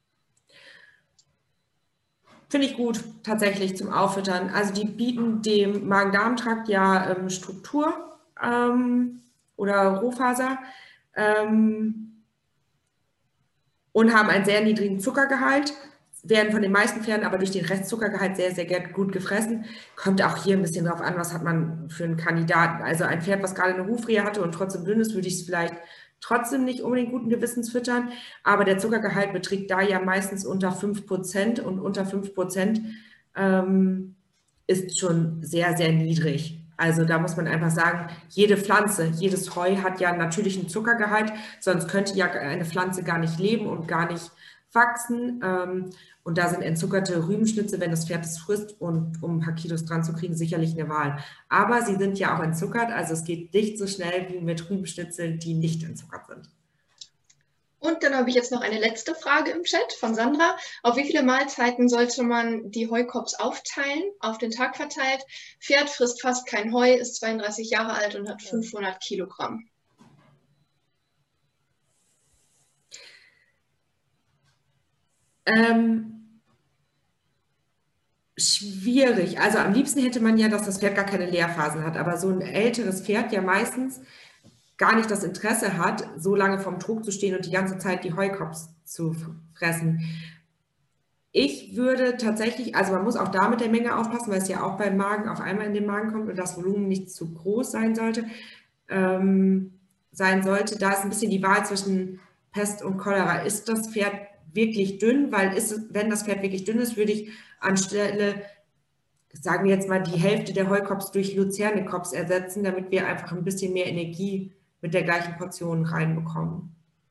Finde ich gut, tatsächlich zum Auffüttern. Also die bieten dem Magen-Darm-Trakt ja ähm, Struktur ähm, oder Rohfaser ähm, und haben einen sehr niedrigen Zuckergehalt, werden von den meisten Pferden aber durch den Restzuckergehalt sehr, sehr gut gefressen. Kommt auch hier ein bisschen drauf an, was hat man für einen Kandidaten. Also ein Pferd, was gerade eine Hufrehe hatte und trotzdem dünn ist, würde ich es vielleicht trotzdem nicht unbedingt guten Gewissens füttern, aber der Zuckergehalt beträgt da ja meistens unter fünf Prozent und unter fünf Prozent ähm, ist schon sehr, sehr niedrig. Also da muss man einfach sagen, jede Pflanze, jedes Heu hat ja einen natürlichen Zuckergehalt, sonst könnte ja eine Pflanze gar nicht leben und gar nicht wachsen. Ähm, und da sind entzuckerte Rübenschnitze, wenn das Pferd es frisst und um ein paar Kilos dran zu kriegen, sicherlich eine Wahl. Aber sie sind ja auch entzuckert, also es geht nicht so schnell wie mit Rübenschnitzeln, die nicht entzuckert sind. Und dann habe ich jetzt noch eine letzte Frage im Chat von Sandra. Auf wie viele Mahlzeiten sollte man die Heukops aufteilen, auf den Tag verteilt? Pferd frisst fast kein Heu, ist zweiunddreißig Jahre alt und hat fünfhundert Kilogramm. Ähm, schwierig. Also am liebsten hätte man ja, dass das Pferd gar keine Leerphasen hat, aber so ein älteres Pferd ja meistens gar nicht das Interesse hat, so lange vorm Trog zu stehen und die ganze Zeit die Heukops zu fressen. Ich würde tatsächlich, also man muss auch da mit der Menge aufpassen, weil es ja auch beim Magen auf einmal in den Magen kommt und das Volumen nicht zu groß sein sollte, ähm, sein sollte. Da ist ein bisschen die Wahl zwischen Pest und Cholera. Ist das Pferd wirklich dünn? Weil ist, wenn das Pferd wirklich dünn ist, würde ich anstelle, sagen wir jetzt mal, die Hälfte der Heukops durch Luzerne-Kops ersetzen, damit wir einfach ein bisschen mehr Energie mit der gleichen Portion reinbekommen.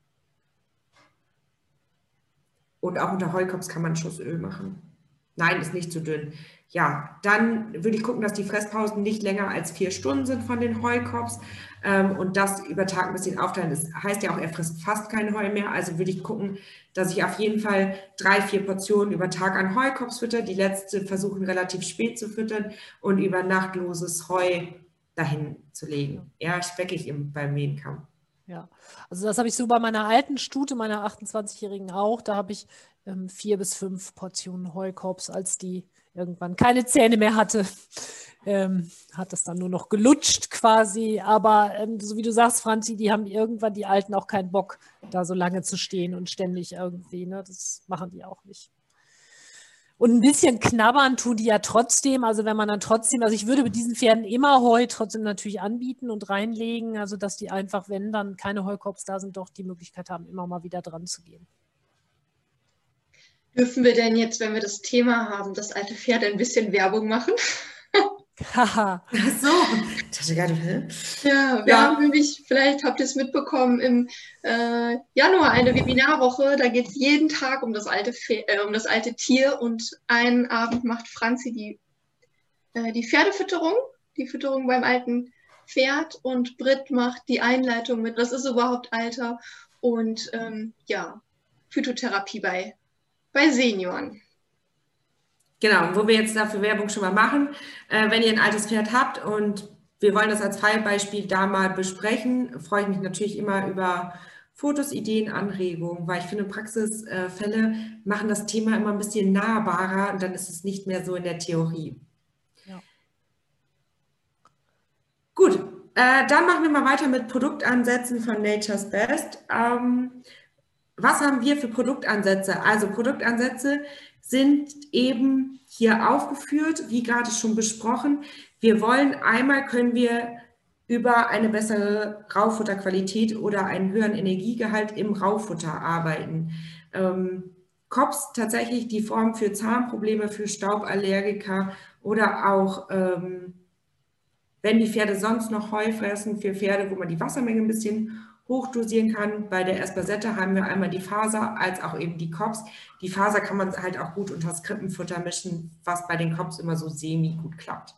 Und auch unter Heukops kann man Schussöl machen. Nein, ist nicht zu dünn. Ja, dann würde ich gucken, dass die Fresspausen nicht länger als vier Stunden sind von den Heukops ähm, und das über Tag ein bisschen aufteilen. Das heißt ja auch, er frisst fast kein Heu mehr. Also würde ich gucken, dass ich auf jeden Fall drei, vier Portionen über Tag an Heukops fütter. Die letzte versuchen relativ spät zu füttern und über Nacht loses Heu dahin zu legen. Ja, speckig im, beim Mähenkamm. Ja, also das habe ich so bei meiner alten Stute, meiner achtundzwanzigjährigen auch. Da habe ich ähm, vier bis fünf Portionen Heukops, als die irgendwann keine Zähne mehr hatte. Ähm, hat das dann nur noch gelutscht quasi. Aber ähm, so wie du sagst, Franzi, die haben irgendwann, die Alten, auch keinen Bock, da so lange zu stehen und ständig irgendwie. Ne? Das machen die auch nicht. Und ein bisschen knabbern tun die ja trotzdem. Also wenn man dann trotzdem, also ich würde mit diesen Pferden immer Heu trotzdem natürlich anbieten und reinlegen, also dass die einfach, wenn dann keine Heukops da sind, doch die Möglichkeit haben, immer mal wieder dran zu gehen. Dürfen wir denn jetzt, wenn wir das Thema haben, das alte Pferd ein bisschen Werbung machen? Haha. Ach so. Ich dachte gerade, hä? Ja, wir Ja. haben nämlich, vielleicht habt ihr es mitbekommen, im äh, Januar eine Webinarwoche. Da geht es jeden Tag um das alte Pferd, äh, um das alte Tier und einen Abend macht Franzi die, äh, die Pferdefütterung, die Fütterung beim alten Pferd und Britt macht die Einleitung mit, was ist überhaupt Alter und ähm, ja, Phytotherapie bei, bei Senioren. Genau, wo wir jetzt dafür Werbung schon mal machen. Äh, wenn ihr ein altes Pferd habt und wir wollen das als Fallbeispiel da mal besprechen, freue ich mich natürlich immer über Fotos, Ideen, Anregungen, weil ich finde, Praxisfälle machen das Thema immer ein bisschen nahbarer und dann ist es nicht mehr so in der Theorie. Ja. Gut, äh, dann machen wir mal weiter mit Produktansätzen von Nature's Best. Ähm, was haben wir für Produktansätze? Also Produktansätze sind eben hier aufgeführt, wie gerade schon besprochen. Wir wollen einmal, können wir über eine bessere Raufutterqualität oder einen höheren Energiegehalt im Rauffutter arbeiten. Ähm, C O P S tatsächlich die Form für Zahnprobleme, für Stauballergiker oder auch, ähm, wenn die Pferde sonst noch Heu fressen, für Pferde, wo man die Wassermenge ein bisschen hochdosieren kann. Bei der Espasette haben wir einmal die Faser als auch eben die C O P S. Die Faser kann man halt auch gut unter das Krippenfutter mischen, was bei den C O P S immer so semi gut klappt.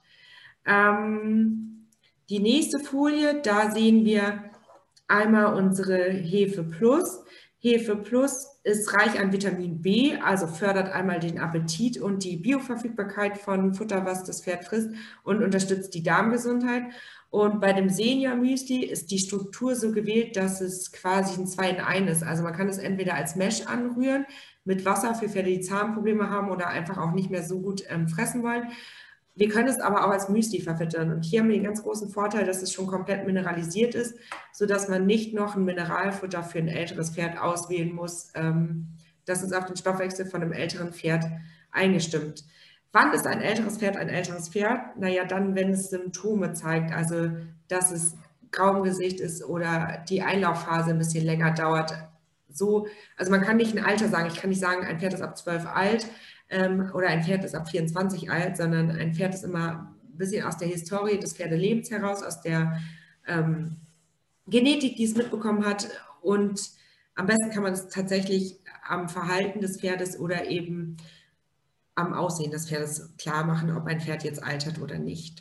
Ähm, Die nächste Folie, da sehen wir einmal unsere Hefe Plus. Hefe Plus ist reich an Vitamin B, also fördert einmal den Appetit und die Bioverfügbarkeit von Futter, was das Pferd frisst, und unterstützt die Darmgesundheit. Und bei dem Senior Müsli ist die Struktur so gewählt, dass es quasi ein zwei in eins ist. Also man kann es entweder als Mesh anrühren mit Wasser für Pferde, die Zahnprobleme haben oder einfach auch nicht mehr so gut ähm, fressen wollen. Wir können es aber auch als Müsli verfüttern. Und hier haben wir den ganz großen Vorteil, dass es schon komplett mineralisiert ist, sodass man nicht noch ein Mineralfutter für ein älteres Pferd auswählen muss. Das ist auf den Stoffwechsel von einem älteren Pferd eingestimmt. Wann ist ein älteres Pferd ein älteres Pferd? Naja, dann, wenn es Symptome zeigt, also dass es grau im Gesicht ist oder die Einlaufphase ein bisschen länger dauert. So, also man kann nicht ein Alter sagen. Ich kann nicht sagen, ein Pferd ist ab zwölf alt, oder ein Pferd ist ab vierundzwanzig alt, sondern ein Pferd ist immer ein bisschen aus der Historie des Pferdelebens heraus, aus der ähm, Genetik, die es mitbekommen hat. Und am besten kann man es tatsächlich am Verhalten des Pferdes oder eben am Aussehen des Pferdes klar machen, ob ein Pferd jetzt altert oder nicht.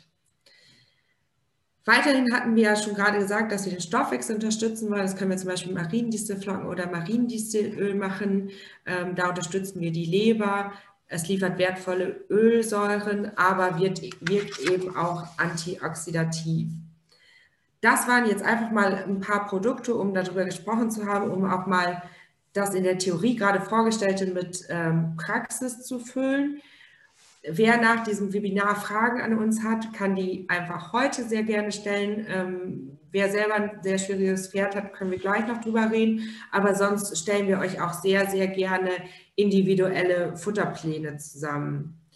Weiterhin hatten wir ja schon gerade gesagt, dass wir den Stoffwechsel unterstützen wollen. Das können wir zum Beispiel mit Mariendistelflocken oder Mariendistelöl machen. Ähm, da unterstützen wir die Leber. Es liefert wertvolle Ölsäuren, aber wird, wirkt eben auch antioxidativ. Das waren jetzt einfach mal ein paar Produkte, um darüber gesprochen zu haben, um auch mal das in der Theorie gerade Vorgestellte mit ähm, Praxis zu füllen. Wer nach diesem Webinar Fragen an uns hat, kann die einfach heute sehr gerne stellen. Ähm, wer selber ein sehr schwieriges Pferd hat, können wir gleich noch drüber reden. Aber sonst stellen wir euch auch sehr, sehr gerne individuelle Futterpläne zusammen.